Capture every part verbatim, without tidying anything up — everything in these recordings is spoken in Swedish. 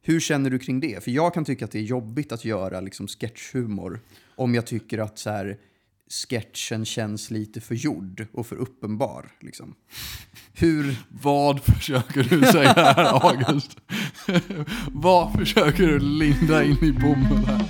hur känner du kring det? För jag kan tycka att det är jobbigt att göra liksom sketchhumor om jag tycker att så här, sketchen känns lite för gjord och för uppenbar. Liksom. Hur... Vad försöker du säga här, August? Vad försöker du linda in i bommen här?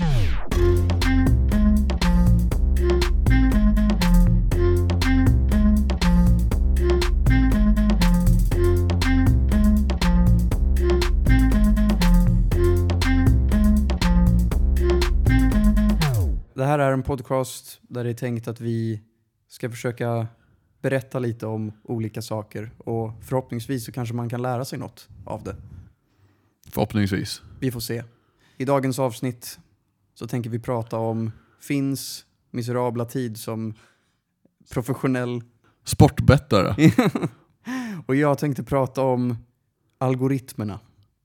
Det här är en podcast där det är tänkt att vi ska försöka berätta lite om olika saker. Och förhoppningsvis så kanske man kan lära sig något av det. Förhoppningsvis. Vi får se. I dagens avsnitt så tänker vi prata om Finns miserabla tid som professionell sportbettare. Och jag tänkte prata om algoritmerna.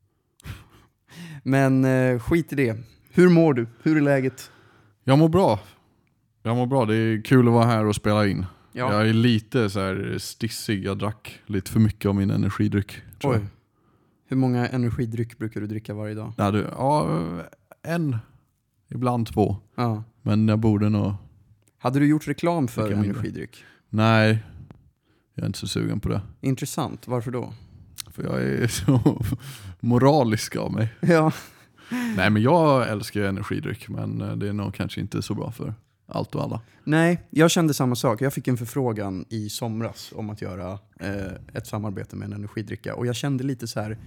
Men eh, skit i det. Hur mår du? Hur är läget? Jag mår bra. Jag mår bra. Det är kul att vara här och spela in. Ja. Jag är lite så här stissig. Jag drack lite för mycket av min energidryck. Tror Oj. Jag. Hur många energidryck brukar du dricka varje dag? Ja, du, ja en. Ibland två. Ja. Men jag borde nog... Hade du gjort reklam för energidryck? Nej. Jag är inte så sugen på det. Intressant. Varför då? För jag är så moralisk av mig. Ja. Nej, men jag älskar energidryck, men det är nog kanske inte så bra för allt och alla. Nej, jag kände samma sak. Jag fick en förfrågan i somras om att göra eh, ett samarbete med en energidricka. Och jag kände lite så här,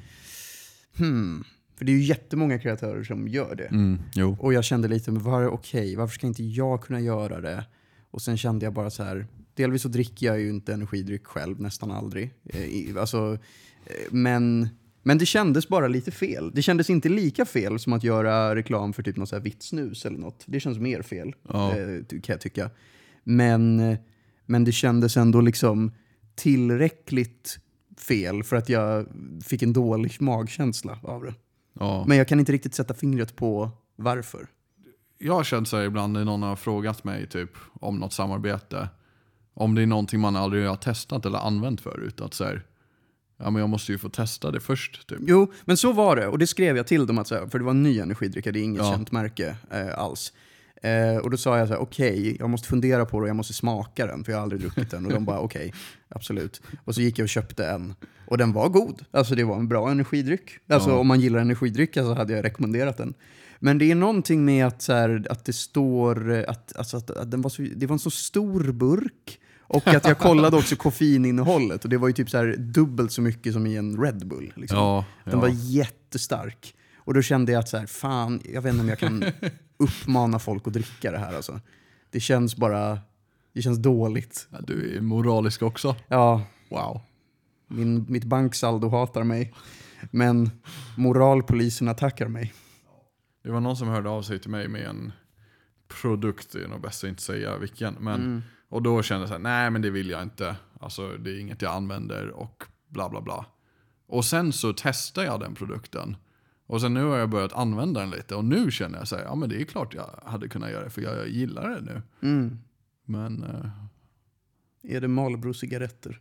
hmm, för det är ju jättemånga kreatörer som gör det. Mm, jo. Och jag kände lite, men var det okej? Varför ska inte jag kunna göra det? Och sen kände jag bara så här, delvis så dricker jag ju inte energidryck själv, nästan aldrig. Eh, alltså, eh, men... Men det kändes bara lite fel. Det kändes inte lika fel som att göra reklam för typ något så här vitt snus eller något. Det känns mer fel, ja. eh, kan jag tycka. Men, men det kändes ändå liksom tillräckligt fel för att jag fick en dålig magkänsla av det. Ja. Men jag kan inte riktigt sätta fingret på varför. Jag har känt så här ibland när någon har frågat mig typ om något samarbete. Om det är någonting man aldrig har testat eller använt förut. Att så här, ja, men jag måste ju få testa det först. Typ. Jo, men så var det. Och det skrev jag till dem, att, så här, för det var en ny energidrycka. Det är inget ja. känt märke eh, alls. Eh, och då sa jag så här, okej, okay, jag måste fundera på det och jag måste smaka den. För jag har aldrig druckit den. Och de bara, okej, okay, absolut. Och så gick jag och köpte en. Och den var god. Alltså det var en bra energidryck. Alltså ja. Om man gillar energidryck så hade jag rekommenderat den. Men det är någonting med att, så här, att det står... Att, alltså, att, att den var så, det var en så stor burk. Och att jag kollade också koffeininnehållet. Och det var ju typ så här dubbelt så mycket som i en Red Bull. Liksom. Ja, ja. Den var jättestark. Och då kände jag att så här, fan, jag vet inte om jag kan uppmana folk att dricka det här. Alltså. Det känns bara, det känns dåligt. Ja, du är moralisk också. Ja. Wow. Min, mitt banksaldo hatar mig. Men moralpoliserna tackar mig. Det var någon som hörde av sig till mig med en produkt. Det är nog bäst att inte säga vilken. Men... Mm. Och då kände jag så här, nej men det vill jag inte. Alltså det är inget jag använder och bla bla bla. Och sen så testade jag den produkten. Och sen nu har jag börjat använda den lite. Och nu känner jag så här, ja men det är klart jag hade kunnat göra det. För jag gillar det nu. Mm. Men... Uh... Är det Marlboro-cigaretter?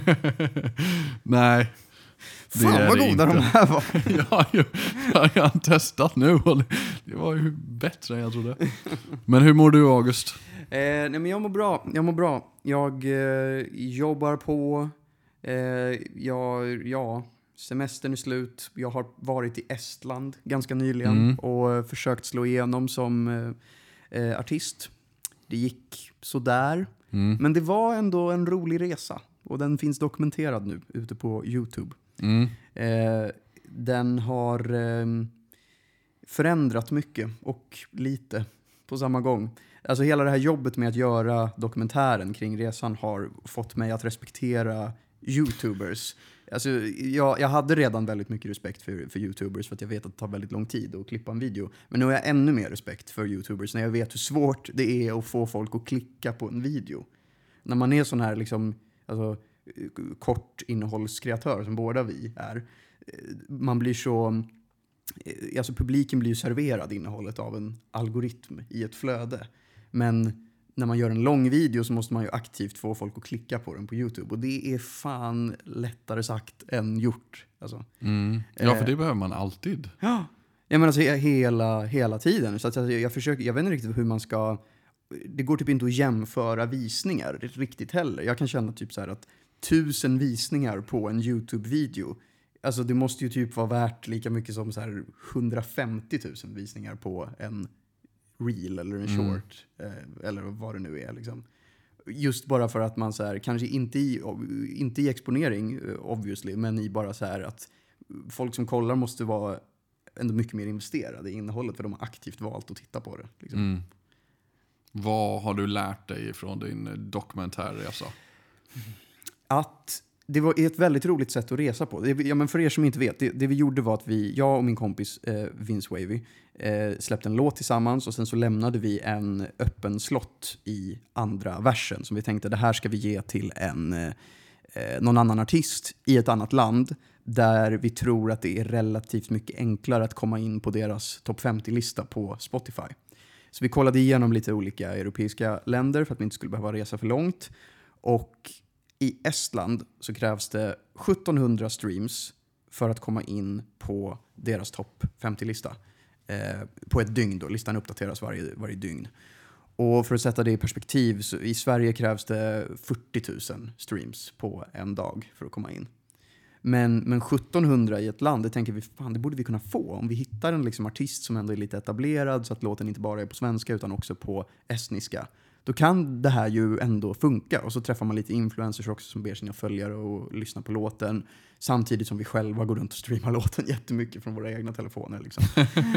Nej. Fan vad goda de här var. ja, jag, jag har testat nu och det, det var ju bättre än jag trodde. Men hur mår du, August? Eh, nej men jag mår bra. Jag mår bra. Jag eh, jobbar på. Eh, jag, ja, semestern är slut. Jag har varit i Estland ganska nyligen mm. och försökt slå igenom som eh, artist. Det gick sådär. Mm. Men det var ändå en rolig resa. Och den finns dokumenterad nu ute på YouTube. Mm. Eh, den har eh, förändrat mycket och lite på samma gång. Alltså hela det här jobbet med att göra dokumentären kring resan har fått mig att respektera YouTubers. Alltså jag, jag hade redan väldigt mycket respekt för, för YouTubers för att jag vet att det tar väldigt lång tid att klippa en video. Men nu har jag ännu mer respekt för YouTubers när jag vet hur svårt det är att få folk att klicka på en video. När man är sån här liksom, alltså, kort innehållskreatör som båda vi är, man blir så... Alltså publiken blir ju serverad innehållet av en algoritm i ett flöde. Men när man gör en lång video så måste man ju aktivt få folk att klicka på den på YouTube. Och det är fan lättare sagt än gjort. Alltså. Mm. Ja, för det eh, behöver man alltid. Ja, jag menar alltså hela, hela tiden. Så att jag, jag, försöker, jag vet inte riktigt hur man ska... Det går typ inte att jämföra visningar riktigt heller. Jag kan känna typ så här att tusen visningar på en YouTube-video... Alltså det måste ju typ vara värt lika mycket som så här hundrafemtio tusen visningar på en reel eller en short. Mm. Eh, eller vad det nu är liksom. Just bara för att man så här, kanske inte i, inte i exponering obviously, men i bara så här att folk som kollar måste vara ändå mycket mer investerade i innehållet för de har aktivt valt att titta på det. Liksom. Mm. Vad har du lärt dig från din dokumentärresa? Att det var ett väldigt roligt sätt att resa på. Det, ja, men för er som inte vet, det, det vi gjorde var att vi, jag och min kompis eh, Vince Wavy eh, släppte en låt tillsammans och sen så lämnade vi en öppen slott i andra versen som vi tänkte det här ska vi ge till en, eh, någon annan artist i ett annat land där vi tror att det är relativt mycket enklare att komma in på deras topp femtio-lista på Spotify. Så vi kollade igenom lite olika europeiska länder för att vi inte skulle behöva resa för långt. Och i Estland så krävs det sjuttonhundra streams för att komma in på deras topp femtio-lista. Eh, på ett dygn då. Listan uppdateras varje, varje dygn. Och för att sätta det i perspektiv så i Sverige krävs det fyrtio tusen streams på en dag för att komma in. Men, men sjuttonhundra i ett land, det tänker vi, fan det borde vi kunna få. Om vi hittar en liksom artist som ändå är lite etablerad så att låten inte bara är på svenska utan också på estniska. Då kan det här ju ändå funka. Och så träffar man lite influencers också som ber sina följare och lyssna på låten. Samtidigt som vi själva går runt och streamar låten jättemycket från våra egna telefoner. Liksom.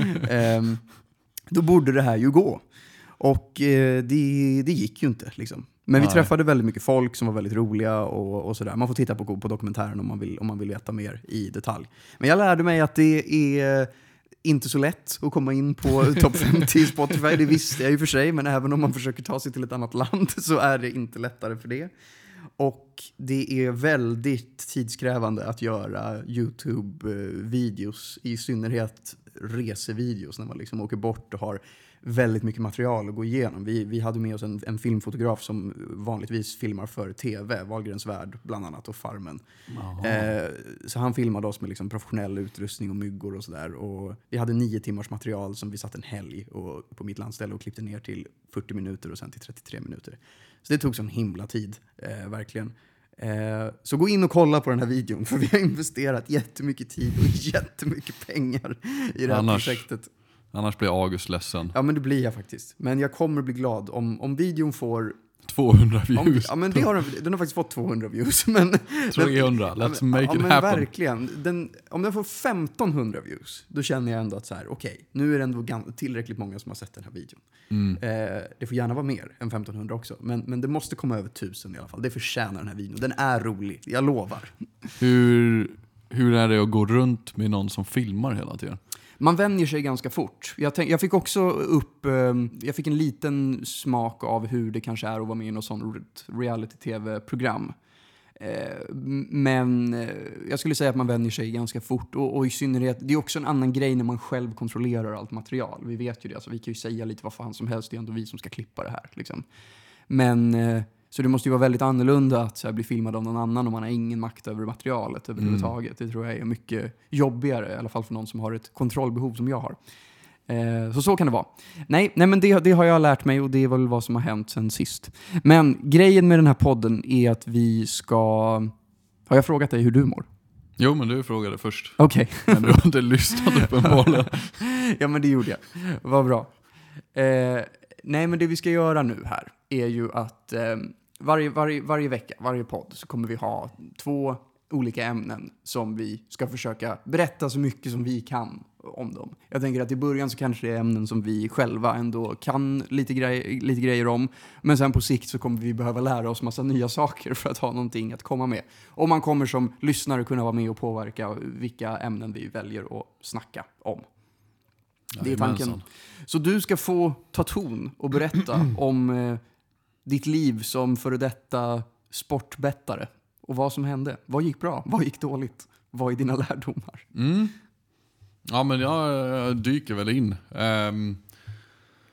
um, då borde det här ju gå. Och eh, det, det gick ju inte liksom. Men vi Nej. träffade väldigt mycket folk som var väldigt roliga och, och sådär. Man får titta på, på dokumentären om man, vill, om man vill veta mer i detalj. Men jag lärde mig att det är inte så lätt att komma in på topp femtio i Spotify. Det visste jag ju för sig, men även om man försöker ta sig till ett annat land så är det inte lättare för det. Och det är väldigt tidskrävande att göra YouTube-videos, i synnerhet resevideos när man liksom åker bort och har väldigt mycket material att gå igenom. Vi, vi hade med oss en, en filmfotograf som vanligtvis filmar för tv, Wahlgrens värld bland annat och Farmen. Eh, så han filmade oss med liksom professionell utrustning och myggor och sådär. Och vi hade nio timmars material som vi satt en helg och, på mitt landställe och klippte ner till fyrtio minuter och sen till trettiotre minuter. Så det tog sån himla tid, eh, verkligen. Eh, så gå in och kolla på den här videon för vi har investerat jättemycket tid och jättemycket pengar i det här Annars... projektet. Annars blir August ledsen. Ja, men det blir jag faktiskt. Men jag kommer bli glad om, om videon får... tvåhundra views. Om, ja, men det har den, den har faktiskt fått tvåhundra views. Men, trehundra, let's men, make ja, it men happen. Verkligen. Den, om den får femtonhundra views, då känner jag ändå att så här, okej, okay, nu är det ändå tillräckligt många som har sett den här videon. Mm. Eh, det får gärna vara mer än femtonhundra också. Men, men det måste komma över tusen i alla fall. Det förtjänar den här videon. Den är rolig, jag lovar. Hur, hur är det att gå runt med någon som filmar hela tiden? Man vänjer sig ganska fort. Jag, tänk, jag fick också upp, um, jag fick en liten smak av hur det kanske är att vara med i något sånt reality-tv-program. Uh, men uh, jag skulle säga att man vänjer sig ganska fort. Och, och i synnerhet, det är också en annan grej när man själv kontrollerar allt material. Vi vet ju det, alltså, vi kan ju säga lite vad fan som helst. Det är ändå vi som ska klippa det här. Liksom. Men... Uh, Så det måste ju vara väldigt annorlunda att så här, bli filmad av någon annan om man har ingen makt över materialet överhuvudtaget. Mm. Det tror jag är mycket jobbigare, i alla fall för någon som har ett kontrollbehov som jag har. Eh, så så kan det vara. Nej, nej men det, det har jag lärt mig och det är väl vad som har hänt sen sist. Men grejen med den här podden är att vi ska... Har jag frågat dig hur du mår? Jo, men du frågade först. Okej. Okay. Men du har inte lyssnat uppenbarligen. Ja, men det gjorde jag. Vad bra. Eh, nej, men det vi ska göra nu här är ju att eh, varje, varje, varje vecka, varje podd så kommer vi ha två olika ämnen som vi ska försöka berätta så mycket som vi kan om dem. Jag tänker att i början så kanske det är ämnen som vi själva ändå kan lite, grej, lite grejer om. Men sen på sikt så kommer vi behöva lära oss massa nya saker för att ha någonting att komma med. Och man kommer som lyssnare kunna vara med och påverka vilka ämnen vi väljer att snacka om. Det är tanken. Så du ska få ta ton och berätta om eh, ditt liv som före detta sportbettare. Och vad som hände. Vad gick bra? Vad gick dåligt? Vad är dina lärdomar? Mm. Ja, men jag dyker väl in. Um,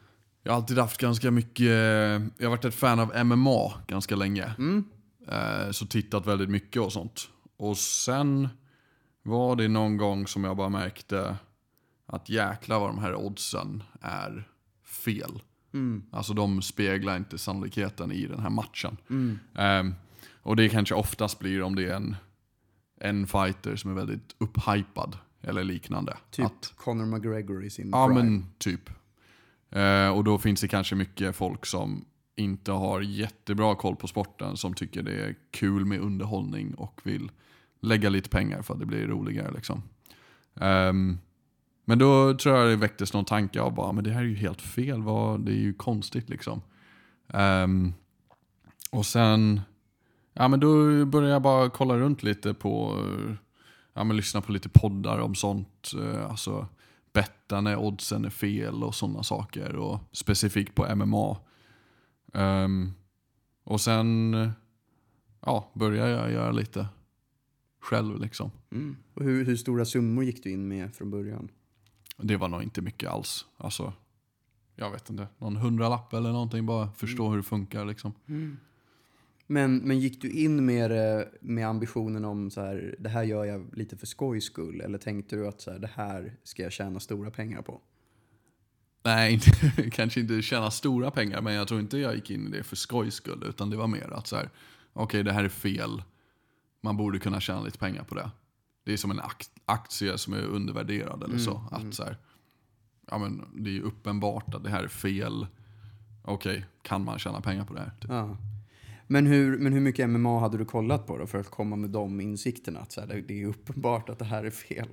Jag har alltid haft ganska mycket... Jag har varit ett fan av M M A ganska länge. Mm. Eh, så tittat väldigt mycket och sånt. Och sen var det någon gång som jag bara märkte att jäkla vad de här oddsen är fel. Mm. Alltså de speglar inte sannolikheten i den här matchen. Mm. Um, och det kanske oftast blir om det är en, en fighter som är väldigt upphypad eller liknande. Typ att, Conor McGregor i sin ja prime. men typ. Uh, och då finns det kanske mycket folk som inte har jättebra koll på sporten, som tycker det är kul med underhållning och vill lägga lite pengar för att det blir roligare liksom. Um, Men då tror jag det väcktes någon tanke av bara, men det här är ju helt fel, vad, det är ju konstigt liksom. Um, och sen, ja men då började jag bara kolla runt lite på, ja men lyssna på lite poddar om sånt. Uh, alltså betta när oddsen är fel och sådana saker. Och specifikt på M M A. Um, och sen, ja, började jag göra lite själv liksom. Mm. Och hur, hur stora summor gick du in med från början? Det var nog inte mycket alls. Alltså, jag vet inte. Någon hundralapp eller någonting. Bara förstå mm. hur det funkar liksom. Mm. Men, men gick du in med, med ambitionen om så här, det här gör jag lite för skojs skull? Eller tänkte du att så här, det här ska jag tjäna stora pengar på? Nej, inte, kanske inte tjäna stora pengar. Men jag tror inte jag gick in i det för skojs skull. Utan det var mer att så här, okej, okay, det här är fel. Man borde kunna tjäna lite pengar på det. Det är som en aktie som är undervärderad eller så. Mm, att mm. så här, ja men det är ju uppenbart att det här är fel. Okej, okay, kan man tjäna pengar på det här? Typ. Ja. Men, hur, men hur mycket M M A hade du kollat på då för att komma med de insikterna? Att så här, det är uppenbart att det här är fel.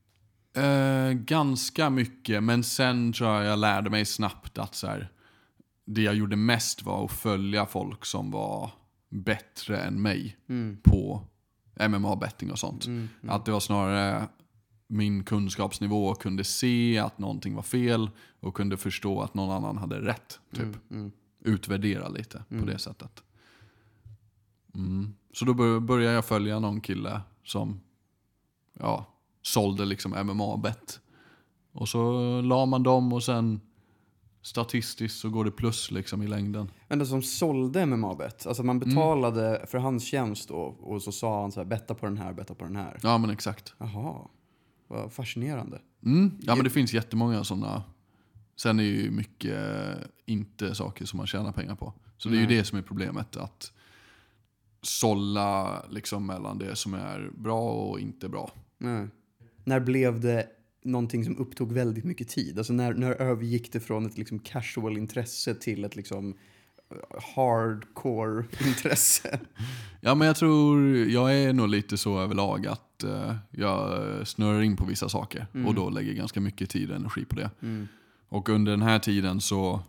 Eh, ganska mycket, men sen tror jag jag lärde mig snabbt att så här, det jag gjorde mest var att följa folk som var bättre än mig mm. på M M A-betting och sånt. Mm, mm. Att det var snarare min kunskapsnivå kunde se att någonting var fel och kunde förstå att någon annan hade rätt. Typ. Mm, mm. Utvärdera lite mm. på det sättet. Mm. Så då började jag följa någon kille som ja, sålde liksom M M A-bett. Och så la man dem och sen statistiskt så går det plus liksom i längden. Men det som sålde M M A-bett, alltså man betalade mm. för hans tjänst då, och så sa han så här, betta på den här, betta på den här. Ja men exakt. Jaha, vad fascinerande. Mm. Ja men det finns jättemånga sådana. Sen är ju mycket inte saker som man tjänar pengar på. Så det är Nej. ju det som är problemet, att sålla liksom mellan det som är bra och inte bra. Nej. När blev det någonting som upptog väldigt mycket tid? Alltså när, när övergick det från ett liksom casual intresse till ett liksom hardcore intresse? Ja men jag tror, jag är nog lite så överlag att uh, jag snurrar in på vissa saker mm. och då lägger ganska mycket tid och energi på det. Mm. Och under den här tiden så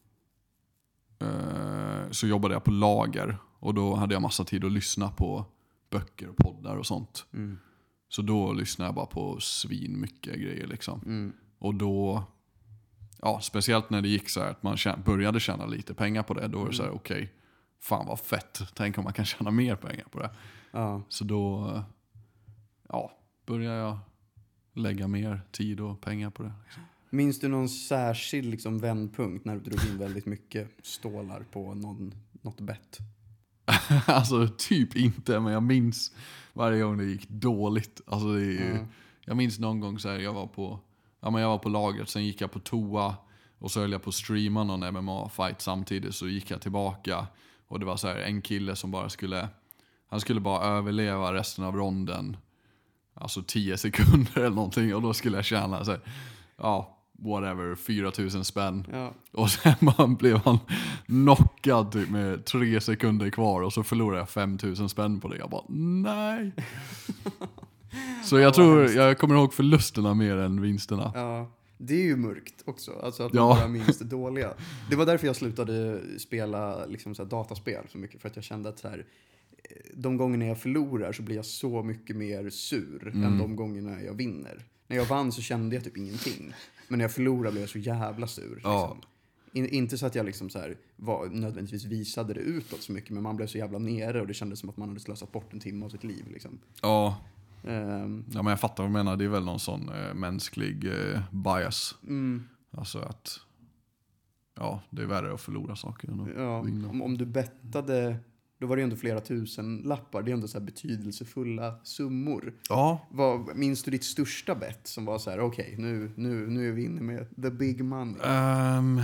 uh, så jobbade jag på lager och då hade jag massa tid att lyssna på böcker och poddar och sånt. Mm. Så då lyssnade jag bara på svin mycket grejer liksom. Mm. Och då, ja, speciellt när det gick så här att man tjän- började tjäna lite pengar på det. Då var det så här, okej, okay, fan vad fett. Tänk om man kan tjäna mer pengar på det. Ja. Så då, ja, började jag lägga mer tid och pengar på det. Liksom. Minns du någon särskild liksom vändpunkt när du drog in väldigt mycket stålar på någon, något bett? Alltså typ inte, men jag minns varje gång det gick dåligt. Alltså det är ju, mm. jag minns någon gång så här, jag var på ja men jag var på lagret, sen gick jag på toa och så höll jag på att streama någon M M A-fight samtidigt, så gick jag tillbaka och det var så här en kille som bara skulle han skulle bara överleva resten av ronden, alltså tio sekunder eller någonting, och då skulle jag tjäna så här, ja whatever, fyra tusen spänn. Ja. Och sen man blev han knockad typ med tre sekunder kvar och så förlorade jag fem tusen spänn på det. Jag bara, nej. Så jag tror, jag kommer ihåg förlusterna mer än vinsterna. Ja, det är ju mörkt också. Alltså att man ja. bara minns det dåliga. Det var därför jag slutade spela liksom så här dataspel så mycket. För att jag kände att så här, de gångerna jag förlorar så blir jag så mycket mer sur mm. än de gångerna jag vinner. När jag vann så kände jag typ ingenting. Men när jag förlorade blev jag så jävla sur. Liksom. Ja. In, inte så att jag liksom så här var, nödvändigtvis visade det utåt så mycket. Men man blev så jävla nere och det kändes som att man hade slösat bort en timme av sitt liv. Liksom. Ja. Um, ja, men jag fattar vad du menar. Det är väl någon sån uh, mänsklig uh, bias. Mm. Alltså att ja, det är värre att förlora saker än att Ja, vinna. om, om du bettade, då var det ju ändå flera tusen lappar. Det är ändå så här betydelsefulla summor. Ja. Vad, minns du ditt största bett som var så här, okej, okay, nu, nu, nu är vi inne med the big money? Um,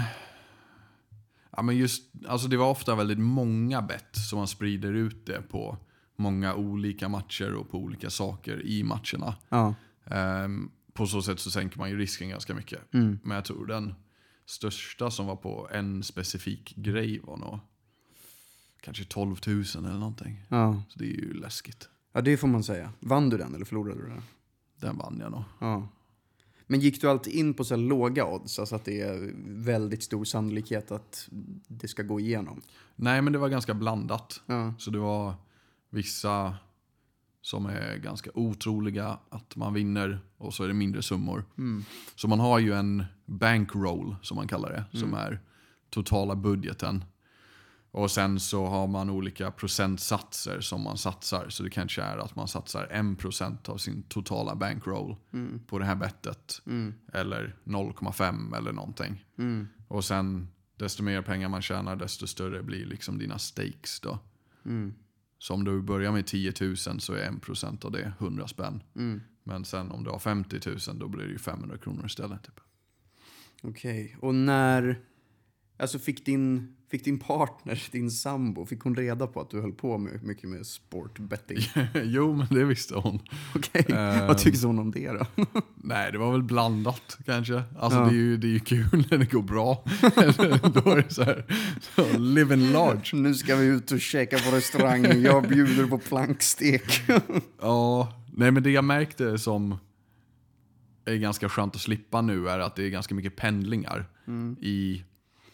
ja, men just, alltså det var ofta väldigt många bett som man sprider ut det på många olika matcher och på olika saker i matcherna. Ja. Um, på så sätt så sänker man ju risken ganska mycket. Mm. Men jag tror den största som var på en specifik grej var nog kanske tolv tusen eller någonting. Ja. Så det är ju läskigt. Ja, det får man säga. Vann du den eller förlorade du den? Den vann jag nog. Ja. Men gick du alltid in på så här låga odds? Alltså att det är väldigt stor sannolikhet att det ska gå igenom? Nej, men det var ganska blandat. Ja. Så det var vissa som är ganska otroliga att man vinner, och så är det mindre summor. Mm. Så man har ju en bankroll som man kallar det, som Mm. är totala budgeten. Och sen så har man olika procentsatser som man satsar. Så det kanske är att man satsar en procent av sin totala bankroll Mm. på det här bettet. Mm. Eller noll komma fem eller någonting. Mm. Och sen desto mer pengar man tjänar, desto större blir liksom dina stakes då. Mm. Så om du börjar med tio tusen så är en procent av det hundra spänn. Mm. Men sen om du har femtio tusen då blir det ju femhundra kronor istället. Typ. Okej, okay. Och när... Alltså fick din, fick din partner, din sambo, fick hon reda på att du höll på med mycket med sportbetting? Jo, men det visste hon. Okej, okay. um, vad tyckte hon om det då? Nej, det var väl blandat kanske. Alltså ja. det, är ju, det är ju kul när det går bra. Då är det så här, så live in large. Nu ska vi ut och käka på restaurang. Jag bjuder på plankstek. Ja, nej men det jag märkte som är ganska skönt att slippa nu är att det är ganska mycket pendlingar Mm. i...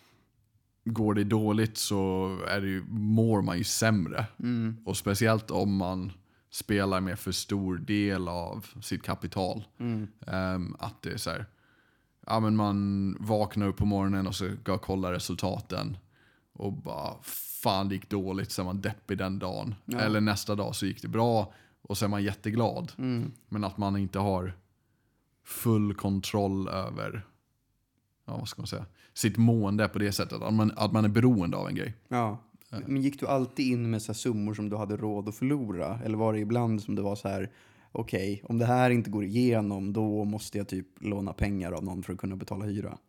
Går det dåligt så är det ju, mår man ju sämre. Mm. Och speciellt om man spelar med för stor del av sitt kapital. Mm. Um, att det är så här, ja, men man vaknar upp på morgonen och så ska kolla resultaten. Och bara, fan det gick dåligt, så är man deppig den dagen. Ja. Eller nästa dag så gick det bra och så är man jätteglad. Mm. Men att man inte har full kontroll över... Ja, vad ska man säga? Sitt mående på det sättet. Att man, att man är beroende av en grej. Ja. Men gick du alltid in med så här summor som du hade råd att förlora? Eller var det ibland som det var så här, okej, okay, om det här inte går igenom då måste jag typ låna pengar av någon för att kunna betala hyra?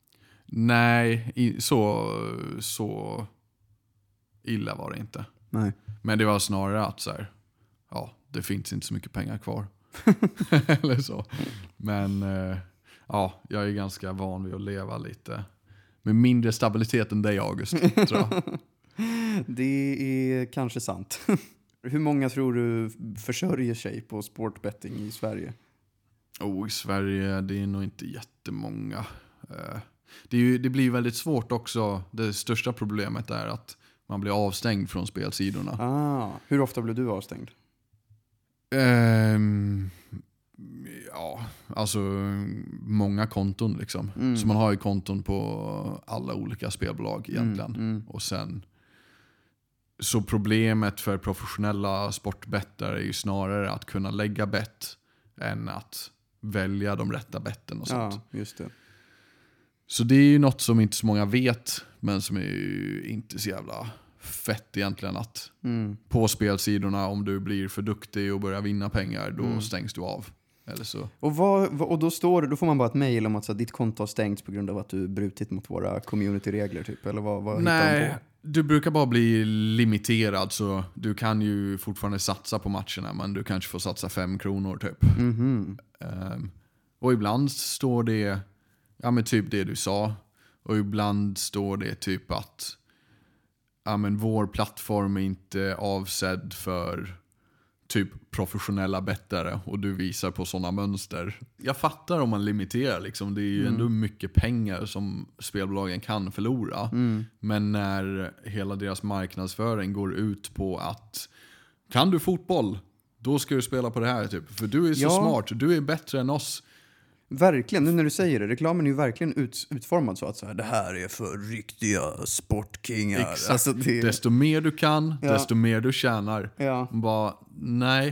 Nej, i, så, så illa var det inte. Nej. Men det var snarare att så här, ja, det finns inte så mycket pengar kvar. Eller så. Men... Eh, ja, jag är ganska van vid att leva lite med mindre stabilitet än dig, August, tror jag. Det är kanske sant. Hur många tror du försörjer sig på sportbetting i Sverige? Oh, i Sverige, det är nog inte jättemånga. Det, är ju, det blir väldigt svårt också. Det största problemet är att man blir avstängd från spelsidorna. Ah, hur ofta blev du avstängd? Um, Ja, alltså många konton liksom. Mm. Så man har ju konton på alla olika spelbolag egentligen. Mm, mm. Och sen så problemet för professionella sportbettare är ju snarare att kunna lägga bett än att välja de rätta betten och sånt. Ja, just det. Så det är ju något som inte så många vet, men som är ju inte så jävla fett egentligen, att Mm. på spelsidorna, om du blir för duktig och börjar vinna pengar, då Mm. stängs du av. Eller så. Och, vad, vad- och då, står, det- då får man bara ett mejl om att så, här, ditt konto har stängts på grund av att du brutit mot våra community-regler typ? Eller vad, vad hittar de Nej, på? du brukar bara bli limiterad, så du kan ju fortfarande satsa på matcherna, men du kanske får satsa fem kronor typ. Mhm. Um, och ibland står det, ja men typ det du sa, och ibland står det typ att ja men vår plattform är inte avsedd för typ professionella bettare, och du visar på sådana mönster. Jag fattar om man limiterar liksom, det är ju Mm. ändå mycket pengar som spelbolagen kan förlora. Mm. Men när hela deras marknadsföring går ut på att kan du fotboll, då ska du spela på det här typ. För du är så Ja. smart, du är bättre än oss. Verkligen, nu när du säger det. Reklamen är ju verkligen ut, utformad så att så här, det här är för riktiga sportkingar. Exakt. Alltså det, Desto mer du kan, Ja. desto mer du tjänar. ja. Bara, nej.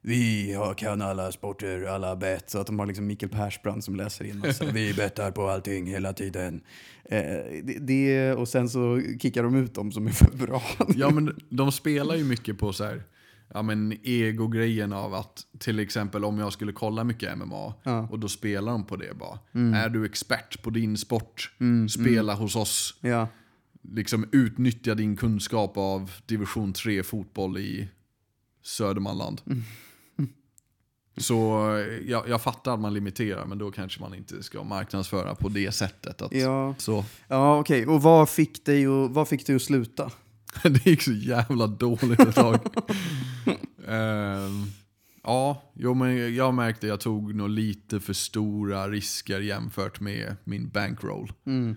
vi har, kan alla sporter, alla bett. Så att de har liksom Mikael Persbrandt som läser in massa. Vi bettar på allting hela tiden. Eh, det, det, och sen så kickar de ut dem som är för bra. Ja, men de spelar ju mycket på så här, ja, men ego-grejen av att till exempel om jag skulle kolla mycket M M A ja. och då spelar de på det bara. Mm. Är du expert på din sport? Mm, spela mm. hos oss. Ja. Liksom utnyttja din kunskap av division tre fotboll i Södermanland. Mm. Så jag, jag fattar att man limiterar, men då kanske man inte ska marknadsföra på det sättet. Att, Ja, så. ja okej. Okay. Och vad fick dig att, vad fick dig att sluta? Det gick så jävla dåligt ett tag. um, ja, jo, men jag märkte att jag tog nog lite för stora risker jämfört med min bankroll. Mm.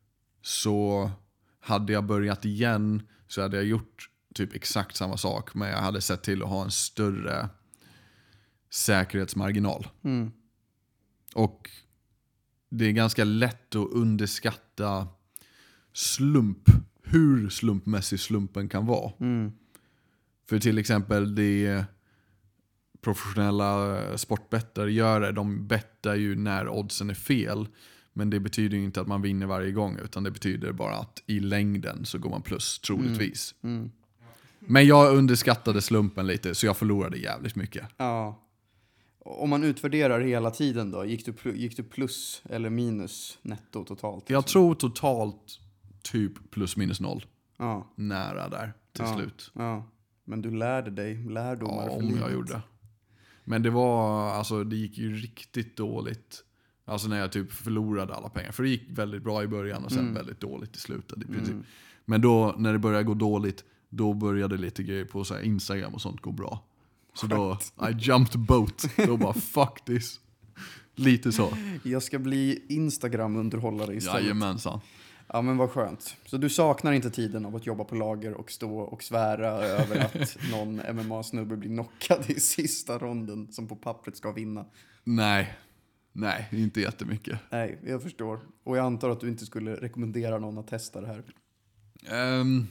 Så hade jag börjat igen så hade jag gjort typ exakt samma sak, men jag hade sett till att ha en större säkerhetsmarginal. Mm. Och det är ganska lätt att underskatta slump, hur slumpmässig slumpen kan vara. Mm. För till exempel det professionella sportbettare gör det, de bettar ju när oddsen är fel. Men det betyder ju inte att man vinner varje gång, utan det betyder bara att i längden så går man plus, troligtvis. Mm. Mm. Men jag underskattade slumpen lite, så jag förlorade jävligt mycket. Ja. Om man utvärderar hela tiden då, gick du, plus, gick du plus eller minus netto totalt? Jag tror totalt typ plus minus noll. Ja. Nära där till ja. slut. Ja. Men du lärde dig lärdomar Ja, för om livet. jag gjorde. Men det var, alltså det gick ju riktigt dåligt. Alltså när jag typ förlorade alla pengar. För det gick väldigt bra i början och sen mm. väldigt dåligt i slutet i princip. Mm. Men då när det började gå dåligt, då började lite grejer på så här Instagram och sånt gå bra. Så då, I jumped boat. Då bara, fuck this. Lite så. Jag ska bli Instagram-underhållare istället. Jajamensan. Ja, men vad skönt. Så du saknar inte tiden av att jobba på lager och stå och svära över att någon M M A-snubbe blir knockad i sista ronden som på pappret ska vinna? Nej. Nej, inte jättemycket. Nej, jag förstår. Och jag antar att du inte skulle rekommendera någon att testa det här. Um,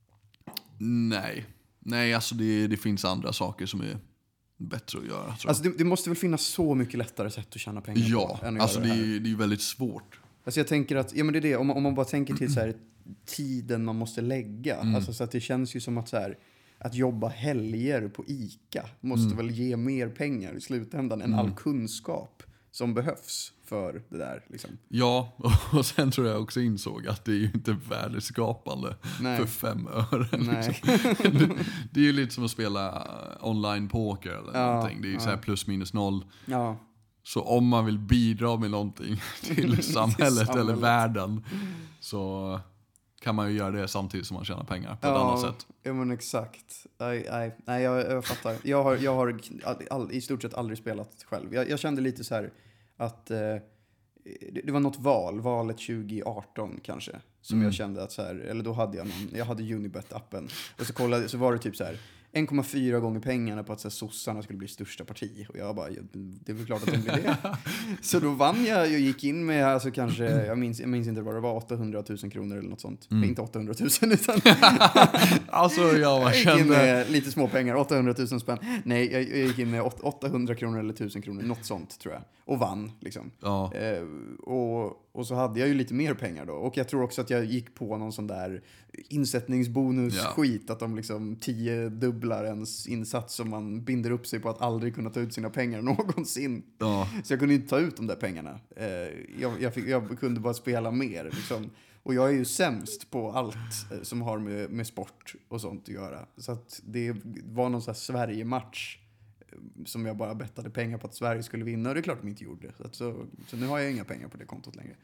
nej. Nej, alltså det, det finns andra saker som är bättre att göra. Alltså det, det måste väl finnas så mycket lättare sätt att tjäna pengar ja, på än att alltså göra det, det, det är ju väldigt svårt. Alltså jag tänker att, ja men det är det, om man, om man bara tänker till så här tiden man måste lägga. Mm. Alltså så att det känns ju som att så här, att jobba helger på ICA måste mm. väl ge mer pengar i slutändan än mm. all kunskap som behövs för det där liksom. Ja, och sen tror jag också insåg att det är ju inte värdeskapande för fem öre. Nej. Liksom. det, det är ju lite som att spela online poker eller ja, någonting. Det är ju ja. så här plus minus noll. Ja. Så om man vill bidra med någonting till samhället eller samhället. världen så kan man ju göra det samtidigt som man tjänar pengar på ja, ett annat sätt. Ja, men exakt. Nej, nej, nej jag, jag fattar. Jag har, jag har all, all, i stort sett aldrig spelat själv. Jag, jag kände lite så här att eh, det, det var något val, valet tjugo arton kanske, som mm. jag kände att så här, eller då hade jag någon, jag hade Unibet-appen och så kollade, så var det typ så här en komma fyra gånger pengarna på att så här, sossarna skulle bli största parti. Och jag bara, det är väl klart att de blir det. Så då vann jag och gick in med, alltså kanske, jag minns, jag minns inte vad det var, åttahundratusen kronor eller något sånt. Mm. Inte åttahundratusen utan... alltså jag, jag gick in med lite små pengar, åttahundratusen spänn. Nej, jag, jag gick in med åttahundra kronor eller tusen kronor, något sånt tror jag. Och vann liksom. Ja. Eh, och, och så hade jag ju lite mer pengar då. Och jag tror också att jag gick på någon sån där insättningsbonus-skit. Ja. Att de liksom tio dubblar ens insats som man binder upp sig på att aldrig kunna ta ut sina pengar någonsin. Ja. Så jag kunde inte ta ut de där pengarna. Eh, jag, jag, fick, jag kunde bara spela mer liksom. Och jag är ju sämst på allt som har med, med sport och sånt att göra. Så att det var någon sån här Sverige-match som jag bara bettade pengar på att Sverige skulle vinna. Och det är klart de inte gjorde. Så, att så, så nu har jag inga pengar på det kontot längre.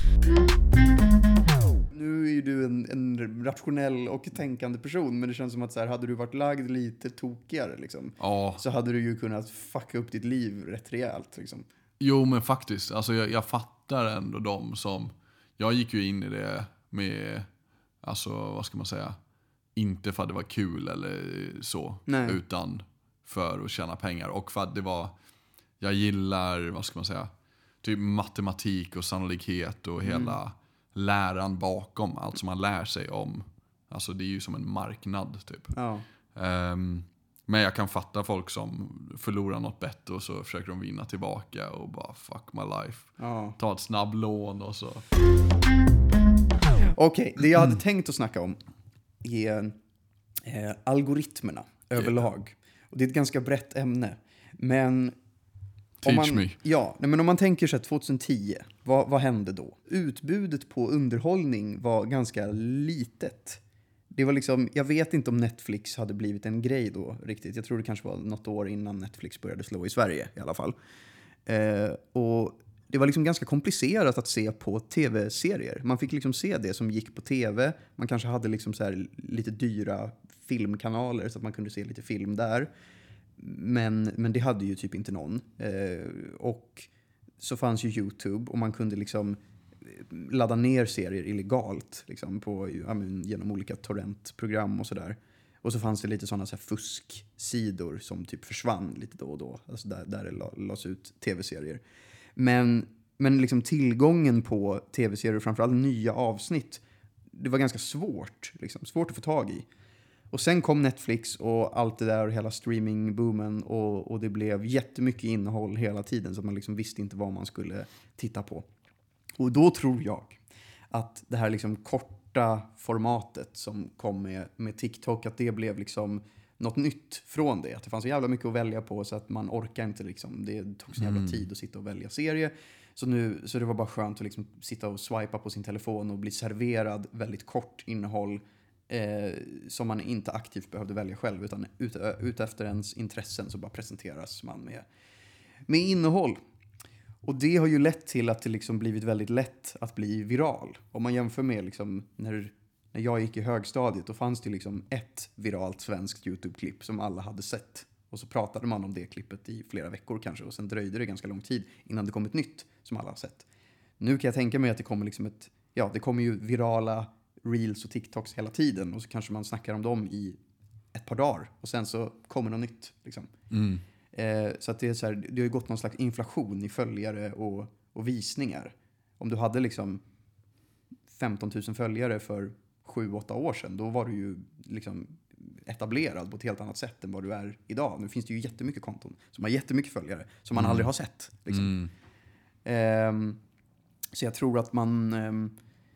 Nu är ju du en, en rationell och tänkande person. Men det känns som att så här, hade du varit lagd lite tokigare liksom, ja. så hade du ju kunnat fucka upp ditt liv rätt rejält. Liksom. Jo, men faktiskt. Alltså, jag, jag fattar ändå de som... Jag gick ju in i det med... Alltså, vad ska man säga? Inte för att det var kul eller så. Nej. Utan... för att tjäna pengar. Och för att det var... Jag gillar, vad ska man säga, typ matematik och sannolikhet och mm. hela läran bakom allt som man lär sig om. Alltså det är ju som en marknad typ. Ja. Um, Men jag kan fatta folk som förlorar något bett och så försöker de vinna tillbaka och bara fuck my life. Ja. Ta ett snabblån och så. Okej, okay, det jag hade tänkt att snacka om är eh, algoritmerna överlag. Och det är ett ganska brett ämne. Men Teach om man, me. Ja, nej, men om man tänker sig tjugohundratio, vad, vad hände då? Utbudet på underhållning var ganska litet. Det var liksom, jag vet inte om Netflix hade blivit en grej då riktigt. Jag tror det kanske var något år innan Netflix började slå i Sverige i alla fall. Eh, och det var liksom ganska komplicerat att se på tv-serier. Man fick liksom se det som gick på tv. Man kanske hade liksom så här lite dyra filmkanaler så att man kunde se lite film där. Men, men det hade ju typ inte någon. Eh, och så fanns ju YouTube och man kunde liksom ladda ner serier illegalt liksom, på, ja, men, genom olika torrentprogram och sådär. Och så fanns det lite sådana så här fusksidor som typ försvann lite då och då. Alltså där, där det lades ut tv-serier. Men, men liksom tillgången på tv-serier, framförallt nya avsnitt, det var ganska svårt. Liksom, svårt att få tag i. Och sen kom Netflix och allt det där, hela streamingboomen, och, och det blev jättemycket innehåll hela tiden så att man liksom visste inte vad man skulle titta på. Och då tror jag att det här liksom korta formatet som kom med, med TikTok, att det blev liksom något nytt från det. Att det fanns så jävla mycket att välja på så att man orkar inte liksom, det tog så jävla Mm. tid att sitta och välja serie. Så, nu, så det var bara skönt att liksom sitta och swipa på sin telefon och bli serverad väldigt kort innehåll eh, som man inte aktivt behövde välja själv, utan ut, ut efter ens intressen så bara presenteras man med, med innehåll. Och det har ju lett till att det liksom blivit väldigt lätt att bli viral. Om man jämför med liksom när, när jag gick i högstadiet, då fanns det liksom ett viralt svenskt YouTube-klipp som alla hade sett. Och så pratade man om det klippet i flera veckor kanske. Och sen dröjde det ganska lång tid innan det kom ett nytt som alla har sett. Nu kan jag tänka mig att det kommer liksom ett... Ja, det kommer ju virala reels och TikToks hela tiden. Och så kanske man snackar om dem i ett par dagar. Och sen så kommer något nytt liksom. Mm. Eh, så att det är så här, det har ju gått någon slags inflation i följare och, och visningar. Om du hade liksom femton tusen följare för sju åtta år sedan, då var du ju liksom etablerad på ett helt annat sätt än vad du är idag. Nu finns det ju jättemycket konton som har jättemycket följare som man Mm. aldrig har sett. Liksom. Mm. Eh, så jag tror att man... Eh,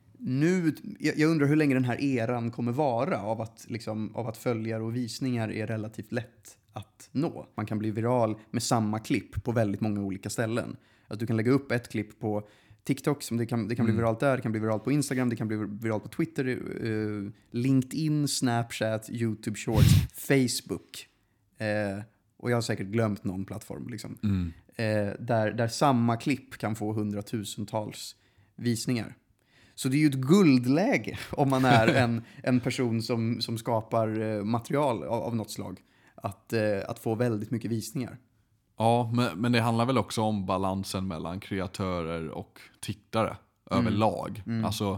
nu, jag, jag undrar hur länge den här eran kommer vara av att, liksom, av att följare och visningar är relativt lätt att nå. Man kan bli viral med samma klipp på väldigt många olika ställen. Att du kan lägga upp ett klipp på TikTok, som det kan, det kan bli Mm. viralt där, det kan bli viralt på Instagram, det kan bli viralt på Twitter, uh, LinkedIn, Snapchat, YouTube Shorts, Facebook. Uh, och jag har säkert glömt någon plattform. Liksom. Mm. Uh, där, där samma klipp kan få hundratusentals visningar. Så det är ju ett guldläge om man är en, en person som, som skapar material av, av något slag. Att, eh, att få väldigt mycket visningar. Ja, men, men det handlar väl också om balansen mellan kreatörer och tittare Mm. överlag. Mm. Alltså,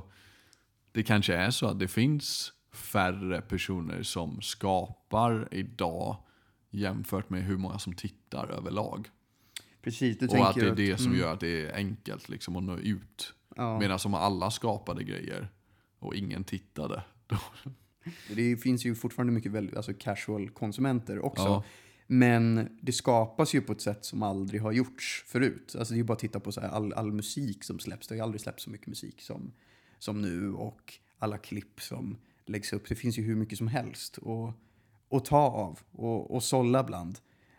det kanske är så att det finns färre personer som skapar idag jämfört med hur många som tittar överlag. Precis, du och tänker att det är det att, som mm. gör att det är enkelt liksom, att nå ut. Ja. Medan som alla skapade grejer och ingen tittade, då... Det finns ju fortfarande mycket väl, alltså casual-konsumenter också. Ja. Men det skapas ju på ett sätt som aldrig har gjorts förut. Alltså det är ju bara att titta på så här, all, all musik som släpps. Det har ju aldrig släppts så mycket musik som, som nu. Och alla klipp som läggs upp. Det finns ju hur mycket som helst att, att ta av och, och sålla bland.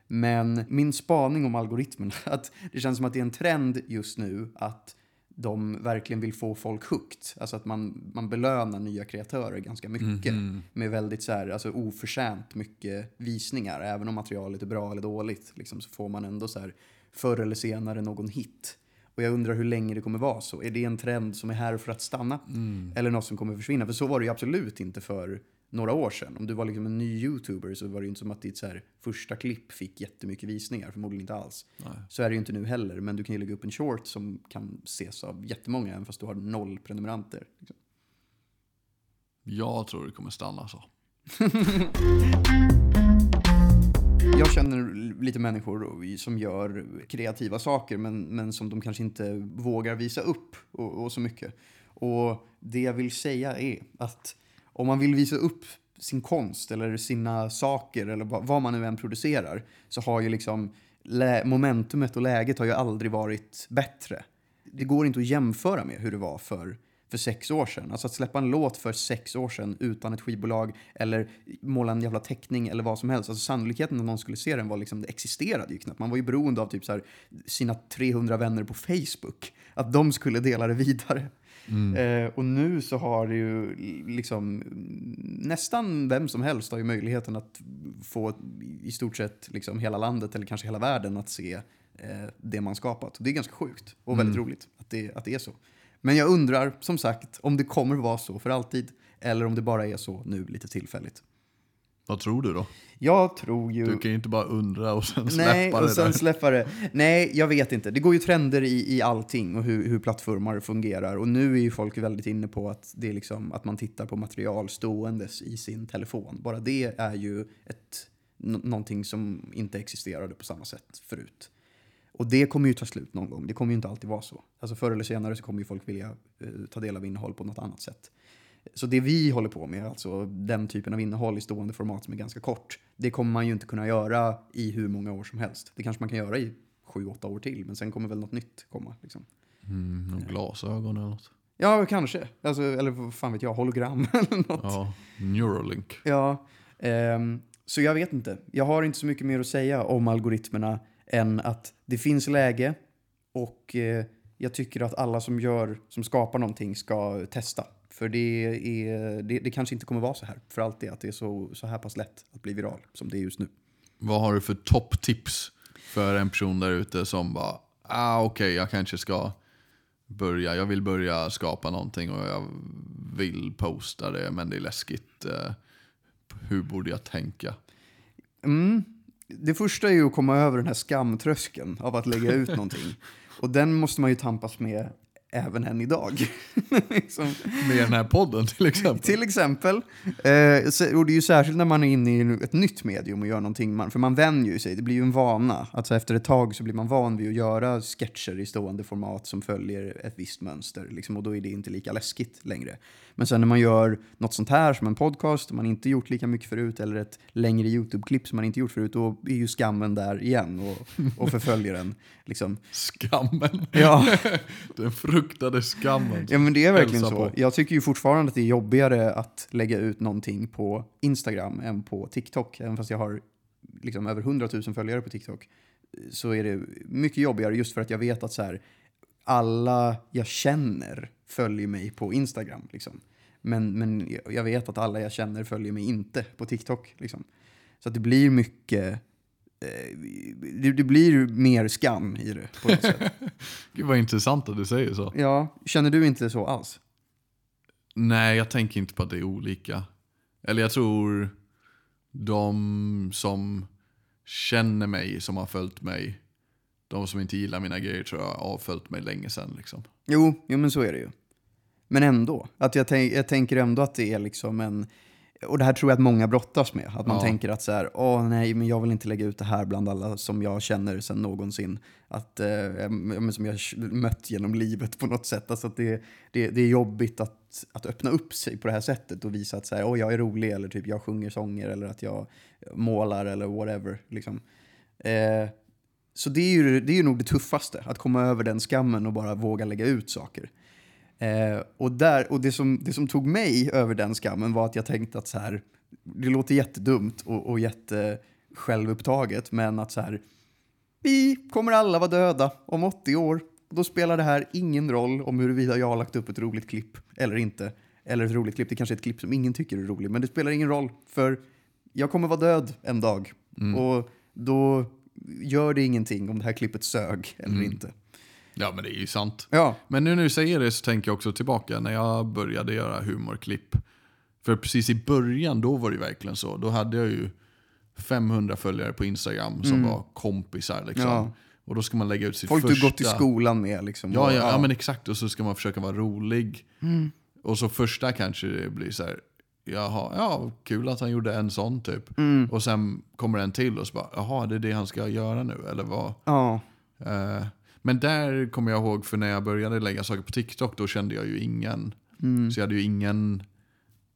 Men min spaning om algoritmen, att det känns som att det är en trend just nu att de verkligen vill få folk hooked. Alltså att man, man belönar nya kreatörer ganska mycket. Mm-hmm. Med väldigt så här, alltså oförtjänt mycket visningar. Även om materialet är bra eller dåligt. Liksom, så får man ändå så här, förr eller senare någon hit. Och jag undrar hur länge det kommer vara så. Är det en trend som är här för att stanna? Mm. Eller något som kommer försvinna? För så var det ju absolut inte för några år sedan. Om du var liksom en ny YouTuber så var det ju inte som att ditt så här, första klipp fick jättemycket visningar. Förmodligen inte alls. Nej. Så är det ju inte nu heller. Men du kan ju lägga upp en short som kan ses av jättemånga även fast du har noll prenumeranter. Liksom. Jag tror det kommer stanna så. Jag känner lite människor som gör kreativa saker men, men som de kanske inte vågar visa upp och, och så mycket. Och det jag vill säga är att om man vill visa upp sin konst eller sina saker eller vad, vad man nu än producerar, så har ju liksom lä- momentumet och läget har ju aldrig varit bättre. Det går inte att jämföra med hur det var för, för sex år sedan. Alltså att släppa en låt för sex år sedan utan ett skivbolag eller måla en jävla teckning eller vad som helst. Alltså sannolikheten att någon skulle se den var liksom, det existerade ju knappt. Man var ju beroende av typ så här, sina trehundra vänner på Facebook. Att de skulle dela det vidare. Mm. Eh, och nu så har det ju liksom nästan vem som helst har ju möjligheten att få i stort sett liksom hela landet eller kanske hela världen att se eh, det man skapat. Och det är ganska sjukt och väldigt mm. roligt att det, att det är så. Men jag undrar som sagt om det kommer vara så för alltid eller om det bara är så nu lite tillfälligt. Vad tror du då? Jag tror ju... Du kan ju inte bara undra och sen släppa Nej, och det sen där. släppa det. Nej, jag vet inte. Det går ju trender i, i allting och hur, hur plattformar fungerar. Och nu är ju folk väldigt inne på att, det är liksom, att man tittar på material ståendes i sin telefon. Bara det är ju ett, n- någonting som inte existerade på samma sätt förut. Och det kommer ju ta slut någon gång. Det kommer ju inte alltid vara så. Alltså förr eller senare så kommer ju folk vilja uh, ta del av innehåll på något annat sätt. Så det vi håller på med, alltså den typen av innehåll i stående format som är ganska kort, det kommer man ju inte kunna göra i hur många år som helst. Det kanske man kan göra i sju, åtta år till, men sen kommer väl något nytt komma. Liksom. Mm, och glasögon eller något. Ja, kanske. Alltså, eller vad fan vet jag, hologram eller något. Ja, Neuralink. Ja, ehm, så jag vet inte. Jag har inte så mycket mer att säga om algoritmerna än att det finns läge och eh, jag tycker att alla som gör, som skapar någonting ska testa. För det, är, det, det kanske inte kommer vara så här för alltid, att det är så, så här pass lätt att bli viral som det är just nu. Vad har du för topptips för en person där ute som bara, ah okej, okay, jag kanske ska börja, jag vill börja skapa någonting och jag vill posta det, men det är läskigt. Hur borde jag tänka? Mm. Det första är ju att komma över den här skamtröskeln av att lägga ut någonting. Och den måste man ju tampas med även än idag. liksom. Med den här podden till exempel. Till exempel. Eh, och det är ju särskilt när man är inne i ett nytt medium och gör någonting. Man, för man vänjer ju sig. Det blir ju en vana. Alltså efter ett tag så blir man van vid att göra sketcher i stående format som följer ett visst mönster. Liksom, och då är det inte lika läskigt längre. Men sen när man gör något sånt här som en podcast som man inte gjort lika mycket förut, eller ett längre YouTube-klipp som man inte gjort förut, då är ju skammen där igen och, och förföljer den. Liksom. Skammen? Ja. Den fruktade skammen. Ja, men det är verkligen så. På. Jag tycker ju fortfarande att det är jobbigare att lägga ut någonting på Instagram än på TikTok. Även fast jag har liksom över hundratusen följare på TikTok, så är det mycket jobbigare just för att jag vet att så här, alla jag känner följer mig på Instagram. Liksom. Men, men jag vet att alla jag känner följer mig inte på TikTok. Liksom. Så att det blir mycket... Det, det blir mer skam i det på något sätt. Gud vad intressant att du säger så. Ja, känner du inte så alls? Nej, jag tänker inte på att det är olika. Eller jag tror de som känner mig, som har följt mig, de som inte gillar mina grejer tror jag har följt mig länge sedan. Liksom. Jo, jo, men så är det ju. Men ändå, att jag, tänk, jag tänker ändå att det är liksom en... Och det här tror jag att många brottas med. Att man ja. tänker att så här, åh nej, men jag vill inte lägga ut det här bland alla som jag känner sedan någonsin. Att, eh, som jag mött genom livet på något sätt. Alltså att det, det, det är jobbigt att, att öppna upp sig på det här sättet och visa att så här, åh, jag är rolig, eller typ jag sjunger sånger, eller att jag målar eller whatever. Liksom. Eh, så det är, ju, det är ju nog det tuffaste, att komma över den skammen och bara våga lägga ut saker. Eh, och där, och det, som, det som tog mig över den skammen var att jag tänkte att så här, det låter jättedumt och, och jätte självupptaget, men att så här, vi kommer alla vara döda om åttio år. Och då spelar det här ingen roll om huruvida jag har lagt upp ett roligt klipp eller inte. Eller ett roligt klipp, det kanske är ett klipp som ingen tycker är roligt, men det spelar ingen roll, för jag kommer vara död en dag. Mm. Och då gör det ingenting om det här klippet sög eller mm. inte. Ja, men det är ju sant. Ja. Men nu när du säger det så tänker jag också tillbaka när jag började göra humorklipp. För precis i början, då var det verkligen så. Då hade jag ju femhundra följare på Instagram som mm. var kompisar. Liksom. Ja. Och då ska man lägga ut sitt folk första... Folk du gått i skolan med. Liksom. Ja, ja, ja, men exakt. Och så ska man försöka vara rolig. Mm. Och så första kanske det blir så här... Jaha, ja, kul att han gjorde en sån typ. Mm. Och sen kommer en till och så bara, jaha, det är det han ska göra nu, eller vad? Ja. Uh, men där kommer jag ihåg, för när jag började lägga saker på TikTok, då kände jag ju ingen. Mm. Så jag hade ju ingen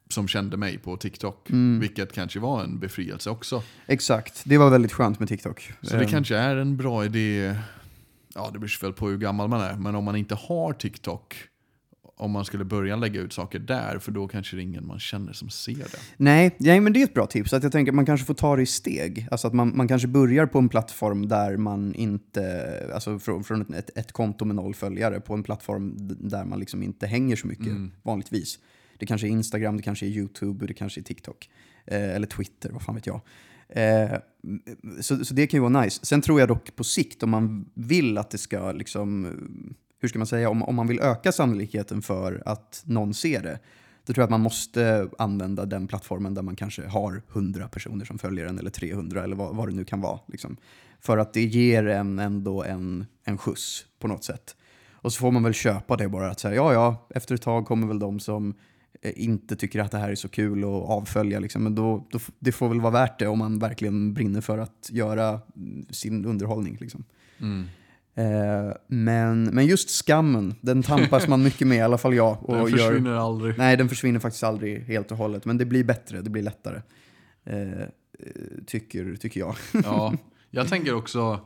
som kände mig på TikTok. Mm. Vilket kanske var en befrielse också. Exakt, det var väldigt skönt med TikTok. Så det kanske är en bra idé. Ja, det beror väl på hur gammal man är. Men om man inte har TikTok, om man skulle börja lägga ut saker där, för då kanske det är ingen man känner som ser det. Nej, ja, men det är ett bra tips. Att jag tänker att man kanske får ta det i steg. Alltså att man, man kanske börjar på en plattform där man inte, alltså från, från ett, ett konto med noll följare på en plattform där man liksom inte hänger så mycket mm. vanligtvis. Det kanske är Instagram, det kanske är YouTube, det kanske är TikTok. Eh, eller Twitter, vad fan vet jag. Eh, så, så det kan ju vara nice. Sen tror jag dock på sikt, om man vill att det ska liksom, hur ska man säga, om, om man vill öka sannolikheten för att någon ser det, då tror jag att man måste använda den plattformen där man kanske har hundra personer som följer den, eller trehundra, eller vad, vad det nu kan vara. Liksom. För att det ger en ändå en, en skjuts på något sätt. Och så får man väl köpa det bara, att säga, ja ja, efter ett tag kommer väl de som inte tycker att det här är så kul att avfölja. Liksom. Men då, då, det får väl vara värt det om man verkligen brinner för att göra sin underhållning. Liksom. Mm. Eh, men, men just skammen, den tampas man mycket med, i alla fall jag. Och den försvinner gör, aldrig. Nej, den försvinner faktiskt aldrig helt och hållet. Men det blir bättre, det blir lättare. Eh, tycker, tycker jag. Ja, jag tänker också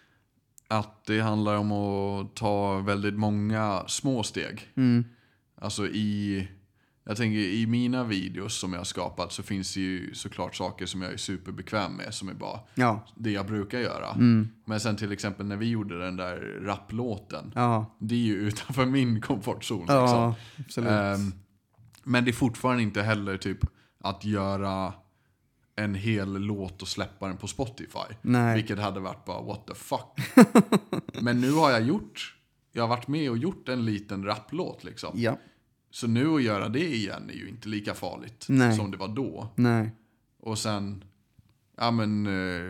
att det handlar om att ta väldigt många små steg. Mm. Alltså i... Jag tänker i mina videos som jag har skapat så finns det ju såklart saker som jag är superbekväm med, som är bara ja. det jag brukar göra. Mm. Men sen till exempel när vi gjorde den där rapplåten, ja. det är ju utanför min komfortzon. Ja, liksom. absolut. Um, men det är fortfarande inte heller typ att göra en hel låt och släppa den på Spotify. Nej. Vilket hade varit bara what the fuck. Men nu har jag gjort, jag har varit med och gjort en liten rapplåt liksom. Ja. Så nu att göra det igen är ju inte lika farligt Nej. som det var då. Nej. Och sen, ja men,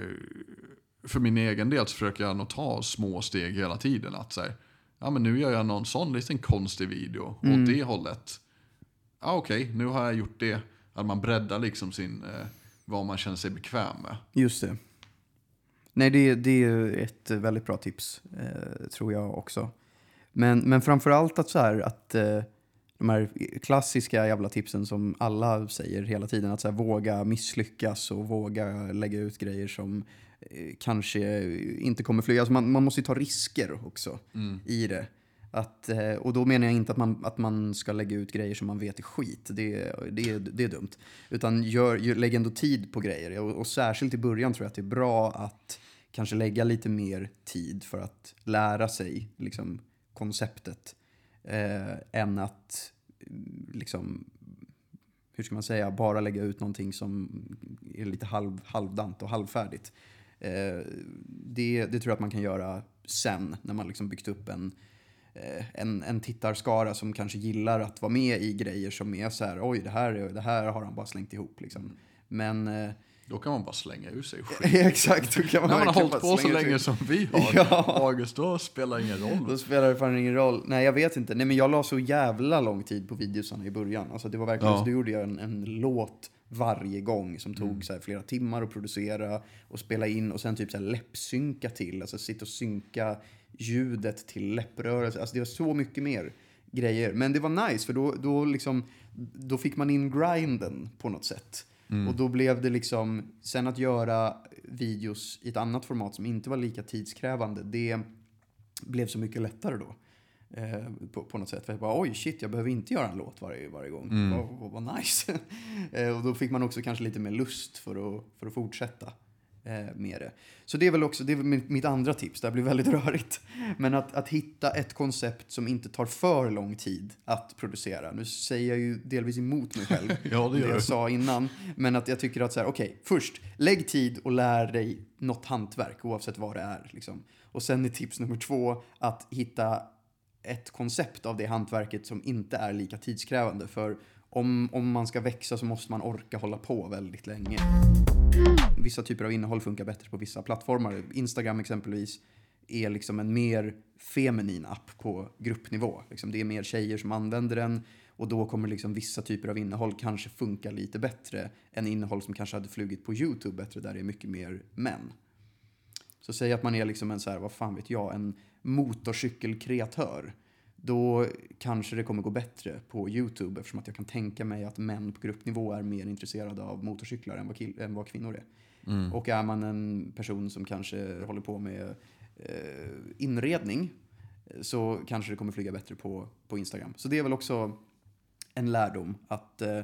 för min egen del så försöker jag nog ta små steg hela tiden. Att säga, ja men nu gör jag någon sån liten konstig video mm. åt det hållet. Ja okej, okay, nu har jag gjort det. Att man breddar liksom sin, vad man känner sig bekväm med. Just det. Nej, det, det är ett väldigt bra tips, eh, tror jag också. Men, men framförallt att så här, att... Eh, de här klassiska jävla tipsen som alla säger hela tiden. Att så här, våga misslyckas och våga lägga ut grejer som eh, kanske inte kommer flyga. Alltså man, man måste ju ta risker också mm. i det. Att, eh, och då menar jag inte att man, att man ska lägga ut grejer som man vet är skit. Det, det, det är dumt. Utan gör, gör, lägg ändå tid på grejer. Och, och särskilt i början tror jag att det är bra att kanske lägga lite mer tid för att lära sig liksom, konceptet. Eh, än att liksom, hur ska man säga, bara lägga ut någonting som är lite halv, halvdant och halvfärdigt. Eh, det, det tror jag att man kan göra sen när man liksom byggt upp en, eh, en, en tittarskara som kanske gillar att vara med i grejer som är så här, oj det här, det här har han bara slängt ihop liksom. Men eh, då kan man bara slänga ur sig skit. Exakt. Då kan man när man har hållit på så länge sig. som vi har. Ja. August, då spelar ingen roll. Då spelar det fan ingen roll. Nej, jag vet inte. Nej, men jag la så jävla lång tid på videosarna i början. Alltså det var verkligen ja. så. Då gjorde jag en, en låt varje gång som tog mm. så här, flera timmar att producera och spela in och sen typ så här läppsynka till. Alltså sitta och synka ljudet till läpprörelse. Alltså det var så mycket mer grejer. Men det var nice för då, då, liksom, då fick man in grinden på något sätt. Mm. Och då blev det liksom, sen att göra videos i ett annat format som inte var lika tidskrävande, det blev så mycket lättare då. Eh, på, på något sätt. För jag bara, oj shit, jag behöver inte göra en låt varje, varje gång. Mm. Vad, vad, vad nice. eh, och då fick man också kanske lite mer lust för att, för att fortsätta eh, med det. Så det är väl också, det är väl mitt, mitt andra tips, det här blir väldigt rörigt. Men att, att hitta ett koncept som inte tar för lång tid att producera. Nu säger jag ju delvis emot mig själv. Ja, det, det jag sa innan. Men att jag tycker att så här, okej, okay, först, lägg tid och lär dig något hantverk oavsett vad det är. Liksom. Och sen är tips nummer två att hitta ett koncept av det hantverket som inte är lika tidskrävande. För om, om man ska växa så måste man orka hålla på väldigt länge. Vissa typer av innehåll funkar bättre på vissa plattformar. Instagram exempelvis är liksom en mer feminin app på gruppnivå. Liksom det är mer tjejer som använder den och då kommer liksom vissa typer av innehåll kanske funka lite bättre än innehåll som kanske hade flugit på YouTube bättre där det är mycket mer män. Så säg att man är liksom en så här, vad fan vet jag, en motorcykelkreatör. då kanske det kommer gå bättre på YouTube, eftersom att jag kan tänka mig att män på gruppnivå är mer intresserade av motorcyklar än vad, kill- än vad kvinnor är. Mm. Och är man en person som kanske håller på med eh, inredning, så kanske det kommer flyga bättre på, på Instagram. Så det är väl också en lärdom att eh,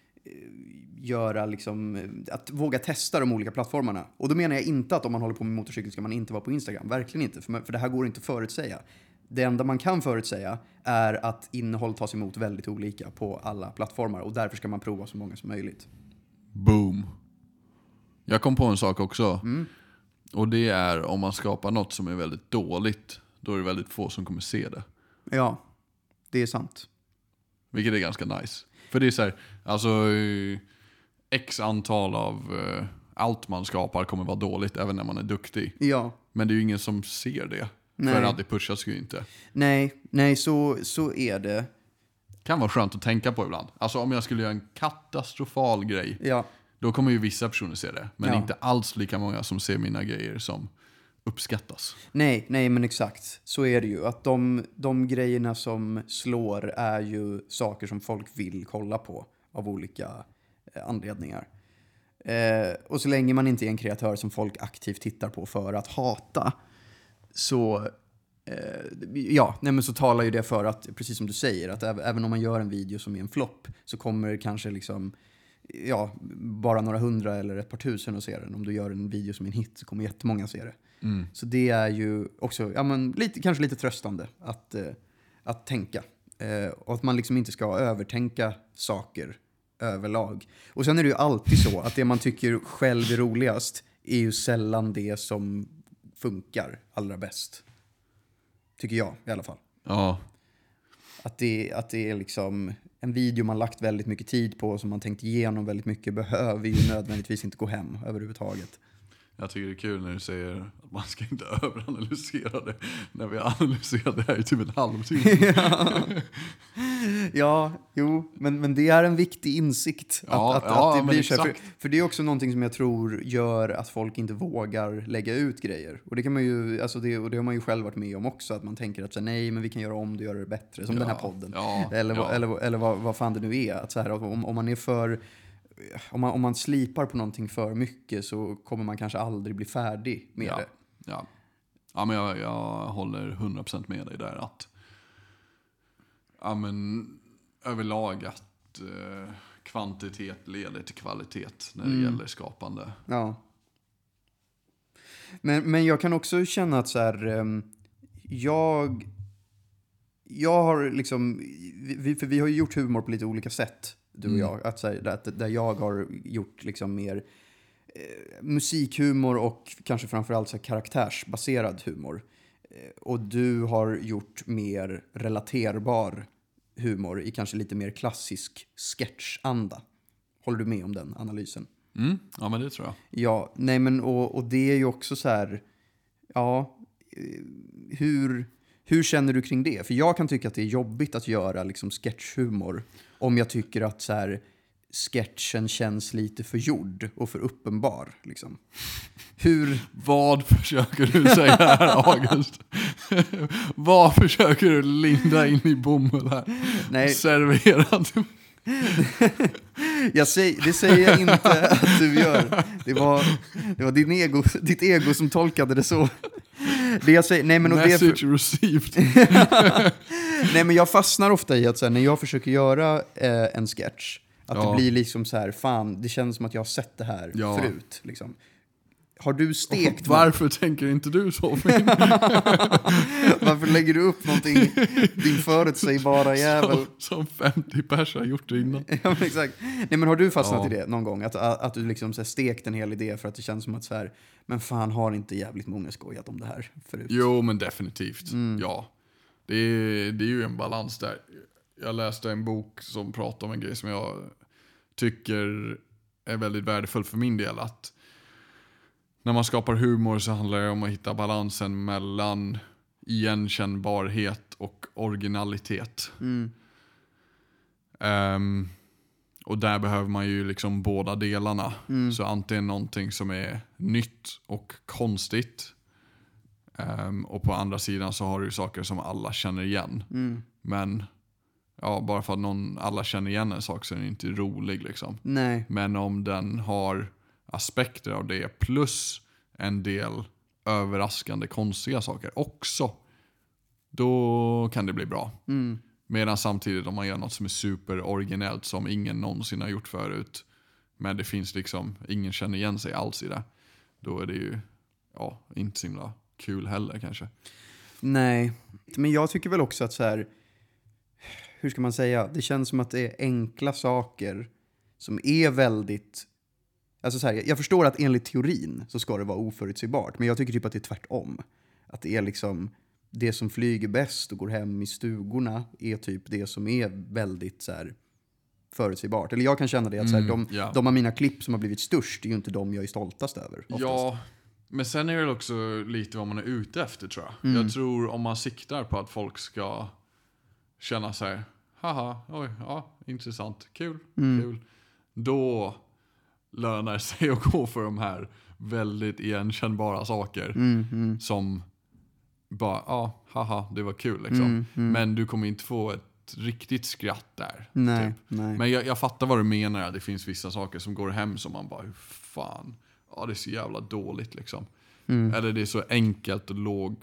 göra liksom, att våga testa de olika plattformarna. Och då menar jag inte att om man håller på med motorcykel ska man inte vara på Instagram. Verkligen inte, för, för det här går inte att förutsäga. Det enda man kan förutsäga är att innehåll tas emot väldigt olika på alla plattformar. Och därför ska man prova så många som möjligt. Boom. Jag kom på en sak också. Mm. Och det är om man skapar något som är väldigt dåligt, då är det väldigt få som kommer se det. Ja, det är sant. Vilket är ganska nice. För det är så här, alltså eh, x antal av eh, allt man skapar kommer vara dåligt även när man är duktig. Ja. Men det är ju ingen som ser det. Nej. För att det pushas ju inte. Nej, nej så, så är det. Kan vara skönt att tänka på ibland. Alltså om jag skulle göra en katastrofal grej, Ja. då kommer ju vissa personer se det. Men Ja. inte alls lika många som ser mina grejer som uppskattas. Nej, nej men exakt. Så är det ju. Att de, de grejerna som slår är ju saker som folk vill kolla på av olika eh, anledningar. Eh, och så länge man inte är en kreatör som folk aktivt tittar på för att hata, så eh, ja, nej men så talar ju det för att, precis som du säger, att äv- även om man gör en video som är en flopp, så kommer det kanske liksom ja, bara några hundra eller ett par tusen att se den. Om du gör en video som är en hit så kommer jättemånga se det. Mm. Så det är ju också ja, men lite, kanske lite tröstande att, eh, att tänka. Eh, och att man liksom inte ska övertänka saker överlag. Och sen är det ju alltid så att det man tycker själv är roligast är ju sällan det som funkar allra bäst. Tycker jag i alla fall. Ja. Att det, att det är liksom en video man lagt väldigt mycket tid på, som man tänkt igenom väldigt mycket, behöver ju nödvändigtvis inte gå hem överhuvudtaget. Jag tycker det är kul när du säger att man ska inte överanalysera det. När vi har analyserat det här i typ en halvtimme. ja. ja, jo, men, men det är en viktig insikt. Att, Ja, att, ja, att det men blir så här, för, exakt. för det är också någonting som jag tror gör att folk inte vågar lägga ut grejer. Och det kan man ju, alltså det, och det har man ju själv varit med om också. Att man tänker att så här, nej, men vi kan göra om det och göra det bättre. Som Ja, den här podden. ja, eller ja. eller, eller vad, vad fan det nu är. Att så här, om, om man är för... Om man, om man slipar på någonting för mycket, så kommer man kanske aldrig bli färdig med ja. det. Ja, ja men jag, jag håller hundra procent med dig där. Att, ja, men, överlag att eh, kvantitet leder till kvalitet när det Mm. gäller skapande. Ja. Men, men jag kan också känna att så här, um, jag, jag har liksom, vi, för vi har ju gjort humor på lite olika sätt, du och Mm. jag. Att, så här, att, där jag har gjort liksom mer eh, musikhumor och kanske framförallt så här karaktärsbaserad humor. Eh, och du har gjort mer relaterbar humor i kanske lite mer klassisk sketchanda. Håller du med om den analysen? Mm. Ja, men det tror jag. Ja, nej men och, och det är ju också så här, ja, eh, hur, hur känner du kring det? För jag kan tycka att det är jobbigt att göra liksom sketchhumor om jag tycker att så här, sketchen känns lite för gjord och för uppenbar liksom. Hur... Vad försöker du säga här, August? Vad försöker du linda in i bomull här? Nej. Serverat. Jag säger, det säger jag inte att du gör. Det var, det var din ego, ditt ego som tolkade det så. Det jag säger, nej men och det är Message för, received. nej men jag fastnar ofta i att så här, när jag försöker göra eh, en sketch, att Ja. det blir liksom så här, fan, det känns som att jag har sett det här Ja. förut liksom. Har du stekt Varför tänker inte du så? Varför lägger du upp någonting, din förutsägbara jävel? Som, som femtio pers har gjort det innan. Ja, men exakt. Nej, men har du fastnat Ja. i det någon gång? Att, att, att du liksom så här stekt en hel idé för att det känns som att så här, men fan, har inte jävligt många skojat om det här förut? Jo, men definitivt. Mm. Ja. Det är, det är ju en balans där. Jag läste en bok som pratar om en grej som jag tycker är väldigt värdefull för min del. Att när man skapar humor så handlar det om att hitta balansen mellan igenkännbarhet och originalitet. Mm. Um, och där behöver man ju liksom båda delarna. Mm. Så antingen någonting som är nytt och konstigt. Um, och på andra sidan så har du ju saker som alla känner igen. Mm. Men ja, bara för att någon, alla känner igen en sak så är den inte rolig liksom. Nej. Men om den har aspekter av det plus en del överraskande konstiga saker också, då kan det bli bra. Mm. Medan samtidigt om man gör något som är super originellt som ingen någonsin har gjort förut, men det finns liksom, ingen känner igen sig alls i det, då är det ju ja, inte så himla kul heller kanske. Nej, men jag tycker väl också att så här, hur ska man säga, det känns som att det är enkla saker som är väldigt, alltså så här, jag förstår att enligt teorin så ska det vara oförutsägbart, men jag tycker typ att det är tvärtom. Att det är liksom det som flyger bäst och går hem i stugorna är typ det som är väldigt så här förutsägbart. Eller jag kan känna det att så här, de, Mm, ja. de av mina klipp som har blivit störst är ju inte de jag är stoltast över. Oftast. Ja, men sen är det också lite vad man är ute efter tror jag. Mm. Jag tror om man siktar på att folk ska känna sig, haha, oj, ja, intressant, kul, Mm. kul. Då lönar det sig att gå för de här väldigt igenkännbara saker. Mm, mm. Som bara, ja, haha, det var kul liksom. Mm, mm. Men du kommer inte få ett riktigt skratt där. Nej, Typ. nej. Men jag, jag fattar vad du menar, att det finns vissa saker som går hem som man bara, hur fan, ja det är så jävla dåligt liksom. Mm. Eller det är så enkelt och låg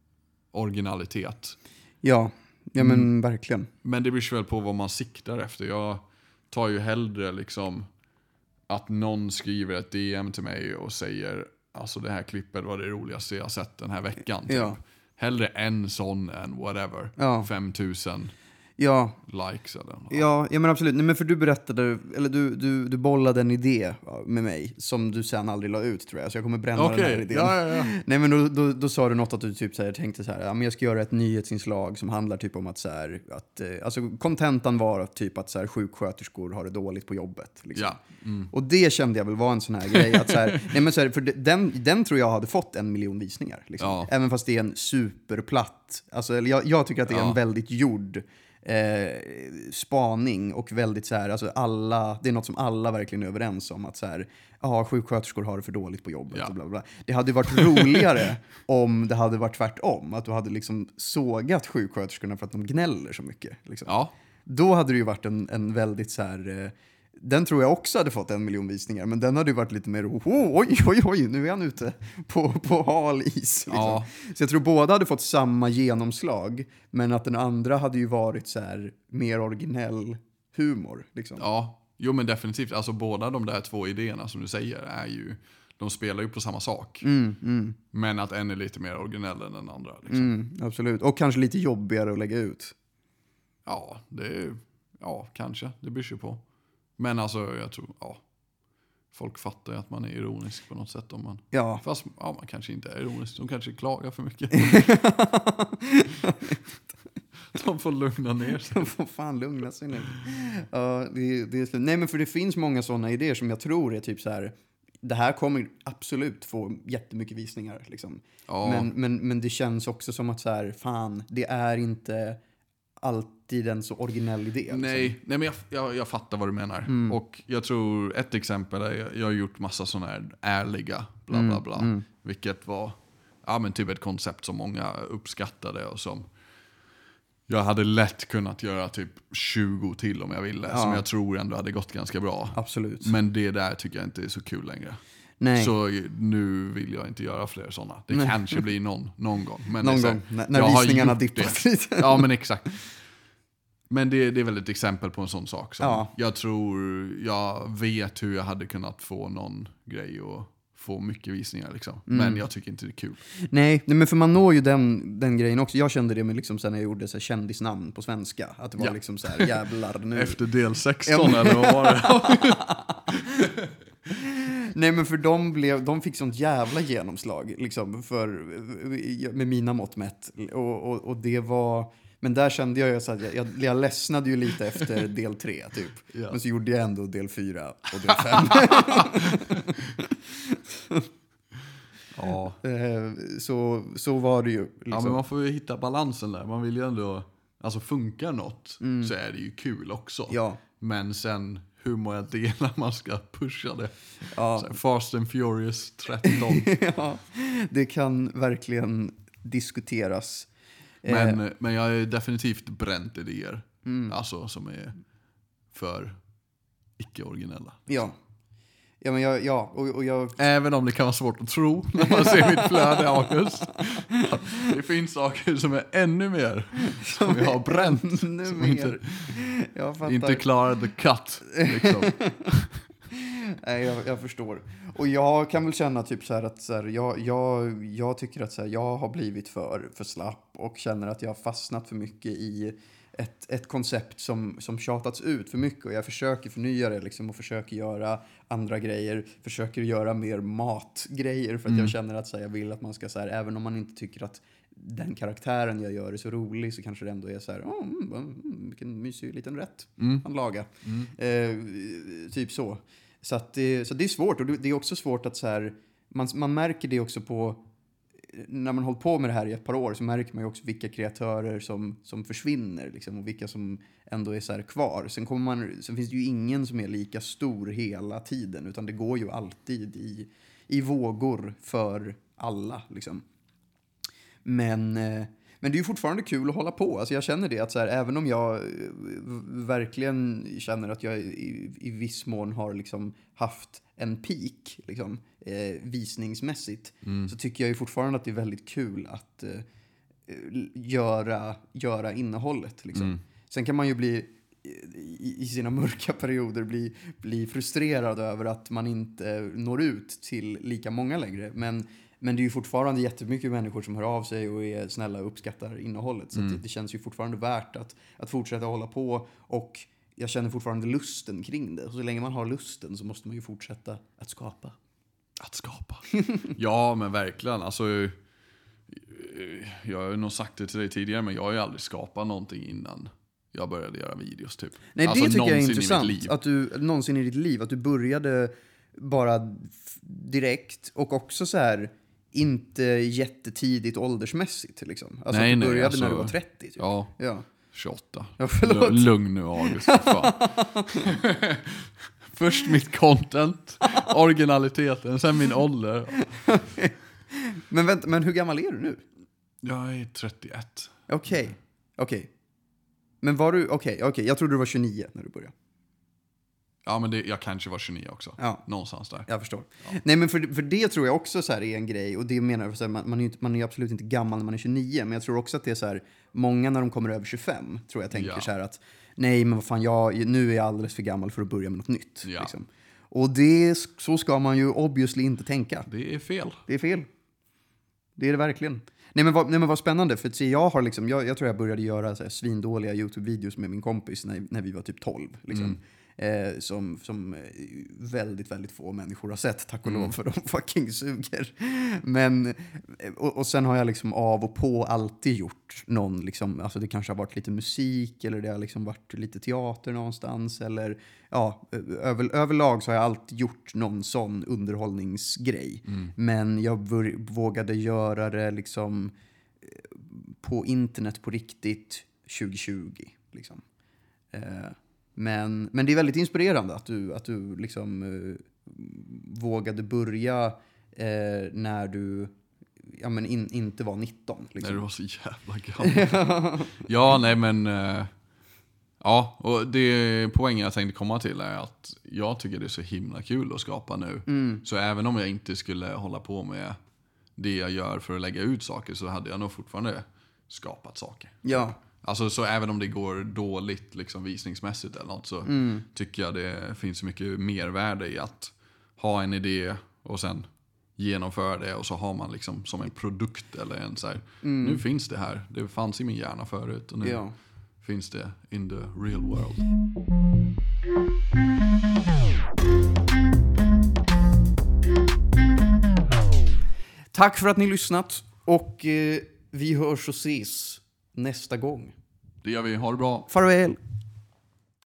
originalitet. Ja, ja men Mm. verkligen. Men det beror väl på vad man siktar efter. Jag tar ju hellre liksom att någon skriver ett D M till mig och säger, alltså det här klippet var det roligaste jag sett den här veckan. Typ. Ja. Hellre en sån än whatever. Ja. fem tusen Ja, likes eller något. ja, ja men absolut. Nej, men för du berättade, eller du, du, du bollade en idé med mig som du sen aldrig la ut tror jag. Så jag kommer bränna Okej, den här idén. ja, ja, ja. Nej men då, då, då sa du något att du typ så här, tänkte så här, ja men jag ska göra ett nyhetsinslag som handlar typ om att så här, att, eh, alltså kontentan var typ att så här, sjuksköterskor har det dåligt på jobbet. Liksom. Ja. Mm. Och det kände jag väl var en sån här grej. Att så här, nej men så här, för den, den tror jag hade fått en miljon visningar. Liksom. Ja. Även fast det är en superplatt. Alltså, eller jag, jag tycker att det är Ja. en väldigt gjord eh, spaning. Och väldigt så här, alltså alla, det är något som alla verkligen är överens om. Att så här, ja, sjuksköterskor har det för dåligt på jobbet. Ja. Och bla bla. Det hade varit roligare om det hade varit tvärtom. Att du hade liksom sågat sjuksköterskorna för att de gnäller så mycket. Liksom. Ja. Då hade det ju varit en, en väldigt så här... Eh, den tror jag också hade fått en miljon visningar. Men den hade ju varit lite mer, oh, oj, oj, oj, nu är han ute på, på hal is. Liksom. Ja. Så jag tror båda hade fått samma genomslag. Men att den andra hade ju varit så här mer originell humor. Liksom. Ja, jo men definitivt. Alltså båda de där två idéerna som du säger är ju, de spelar ju på samma sak. Mm, mm, Men att en är lite mer originell än den andra. Liksom. mm, absolut. Och kanske lite jobbigare att lägga ut. Ja, det är, ja, kanske. Det beror ju på. Men alltså, jag tror, ja. Folk fattar ju att man är ironisk på något sätt. Om man, Ja. fast ja, man kanske inte är ironisk. De kanske klagar för mycket. De får lugna ner sig. De får fan lugna sig nu. Ja, det, det är slut. Nej, men för det finns många sådana idéer som jag tror är typ så här. Det här kommer absolut få jättemycket visningar. Liksom. Ja. Men, men, men det känns också som att så här, fan, det är inte alltid en så originell idé. Liksom. Nej, nej men jag, jag, jag fattar vad du menar. Mm. Och jag tror ett exempel är, jag, jag har gjort massa sådana här ärliga bla bla bla. Mm, mm. Vilket var ja, men typ ett koncept som många uppskattade och som jag hade lätt kunnat göra typ tjugo till om jag ville. Ja. Som jag tror ändå hade gått ganska bra. Absolut. Men det där tycker jag inte är så kul längre. Nej. Så nu vill jag inte göra fler sådana. Det Nej. kanske blir någon, någon gång. Men Någon det är så här, gång, när, när jag har visningarna gjort dippat det. lite. Ja, men exakt. Men det, det är väl ett exempel på en sån sak. Som Ja. Jag tror, jag vet hur jag hade kunnat få någon grej och få mycket visningar. Liksom. Mm. Men jag tycker inte det är kul. Nej, nej, men för man når ju den, den grejen också. Jag kände det med liksom sen när jag gjorde så här kändisnamn på svenska. Att det var Ja. liksom så här, jävlar nu. Efter del sexton eller vad var det? Nej, men för de, blev, de fick sånt jävla genomslag liksom, för, med mina mått mätt. Och, och, och det var... Men där kände jag ju så att jag, jag, jag ledsnade ju lite efter del tre typ. Ja. Men så gjorde jag ändå del fyra och del fem. Ja. Eh, så, så var det ju. Liksom. Ja, men man får ju hitta balansen där. Man vill ju ändå, alltså funkar något Mm. så är det ju kul också. Ja. Men sen hur många delar man ska pusha det. Ja. Så här, Fast and Furious tretton. Ja, det kan verkligen diskuteras. Men, eh, men jag är definitivt bränt idéer. mm. Alltså som är för icke-originella. Ja. Ja, men jag, ja och, och jag... Även om det kan vara svårt att tro när man ser mitt flöde, August. Det finns saker som är ännu mer som vi har bränt. Ännu som mer. inte, Jag fattar. inte klarar the cut. Liksom. Nej, jag, jag förstår. Och jag kan väl känna typ så här att så här, jag, jag, jag tycker att så här, jag har blivit för, för slapp och känner att jag har fastnat för mycket i ett, ett koncept som, som tjatats ut för mycket. Och jag försöker förnya det liksom, och försöker göra andra grejer. Försöker göra mer matgrejer för att Mm. jag känner att så här, jag vill att man ska, så här, även om man inte tycker att den karaktären jag gör är så rolig, så kanske det ändå är så här, oh, mm, mm, vilken mysig liten rätt Mm. han lagar. Mm. Eh, typ så. Så, att det, så det är svårt, och det är också svårt att så här, man, man märker det också på, när man hållit på med det här i ett par år, så märker man ju också vilka kreatörer som, som försvinner liksom, och vilka som ändå är så här kvar. Sen, kommer man, sen finns det ju ingen som är lika stor hela tiden, utan det går ju alltid i, i vågor för alla liksom. Men, eh, men det är ju fortfarande kul att hålla på. Alltså jag känner det att så här, även om jag eh, verkligen känner att jag i, i viss mån har liksom haft en peak liksom, eh, visningsmässigt, Mm. så tycker jag ju fortfarande att det är väldigt kul att eh, göra, göra innehållet. Liksom. Mm. Sen kan man ju bli i, i sina mörka perioder bli, bli frustrerad över att man inte når ut till lika många längre. Men Men det är ju fortfarande jättemycket människor som hör av sig och är snälla och uppskattar innehållet. Så Mm. att det, det känns ju fortfarande värt att, att fortsätta hålla på. Och jag känner fortfarande lusten kring det. Och så länge man har lusten så måste man ju fortsätta att skapa. Att skapa. Ja, men verkligen. Alltså, jag har nog sagt det till dig tidigare, men jag har ju aldrig skapat någonting innan jag började göra videos typ. Nej, alltså, det tycker jag är någonsin intressant. i mitt liv. Att du, någonsin i ditt liv, att du började bara f- direkt och också så här inte jättetidigt åldersmässigt liksom. Alltså Nej, att du nej, började alltså- när du var trettio typ. Ja, Ja. tjugoåtta. Ja, förlåt. L- lugn nu, August. för Fan. Först mitt content, originaliteten, sen min ålder. Men vänta, men hur gammal är du nu? Jag är trettioett. Okej, okej. Men var du, okej, okej. Jag trodde du var tjugonio när du började. Ja, men det, jag kanske var tjugonio också. Ja. Någonstans där. Jag förstår. Nej, men för, för det tror jag också så här är en grej. Och det menar jag, så här, man, man, är ju inte, man är ju absolut inte gammal när man är tjugonio. Men jag tror också att det är så här, många när de kommer över tjugofem tror jag tänker Ja. så här att nej, men vad fan, jag, nu är jag alldeles för gammal för att börja med något nytt. Ja. Liksom. Och det, så ska man ju obviously inte tänka. Det är fel. Det är fel. Det är det verkligen. Nej, men vad, nej, men vad spännande. För att se, jag, har liksom, jag, jag tror jag började göra så här svindåliga YouTube-videos med min kompis när, när vi var typ tolv. Liksom. Mm. Eh, som, som väldigt, väldigt få människor har sett, tack och Mm. lov, för de fucking suger. Men, och, och sen har jag liksom av och på alltid gjort någon, liksom, alltså det kanske har varit lite musik eller det har liksom varit lite teater någonstans. Eller, ja, över, överlag så har jag alltid gjort någon sån underhållningsgrej. Mm. Men jag bör, vågade göra det liksom på internet på riktigt tjugo-tjugo. Liksom. Eh, Men, men det är väldigt inspirerande att du, att du liksom uh, vågade börja uh, när du ja, men in, inte var nitton. Liksom. När du var så jävla gammal. Ja, nej men... Uh, ja, och det poängen jag tänkte komma till är att jag tycker det är så himla kul att skapa nu. Mm. Så även om jag inte skulle hålla på med det jag gör för att lägga ut saker, så hade jag nog fortfarande skapat saker. Ja. Alltså så även om det går dåligt liksom visningsmässigt eller något, så Mm. tycker jag det finns mycket mervärde i att ha en idé och sen genomföra det, och så har man liksom som en produkt eller en så här, Mm. nu finns det här, det fanns i min hjärna förut och nu Ja. finns det in the real world. Tack för att ni lyssnat och eh, vi hörs och ses nästa gång. Det gör vi, ha det bra. Farväl!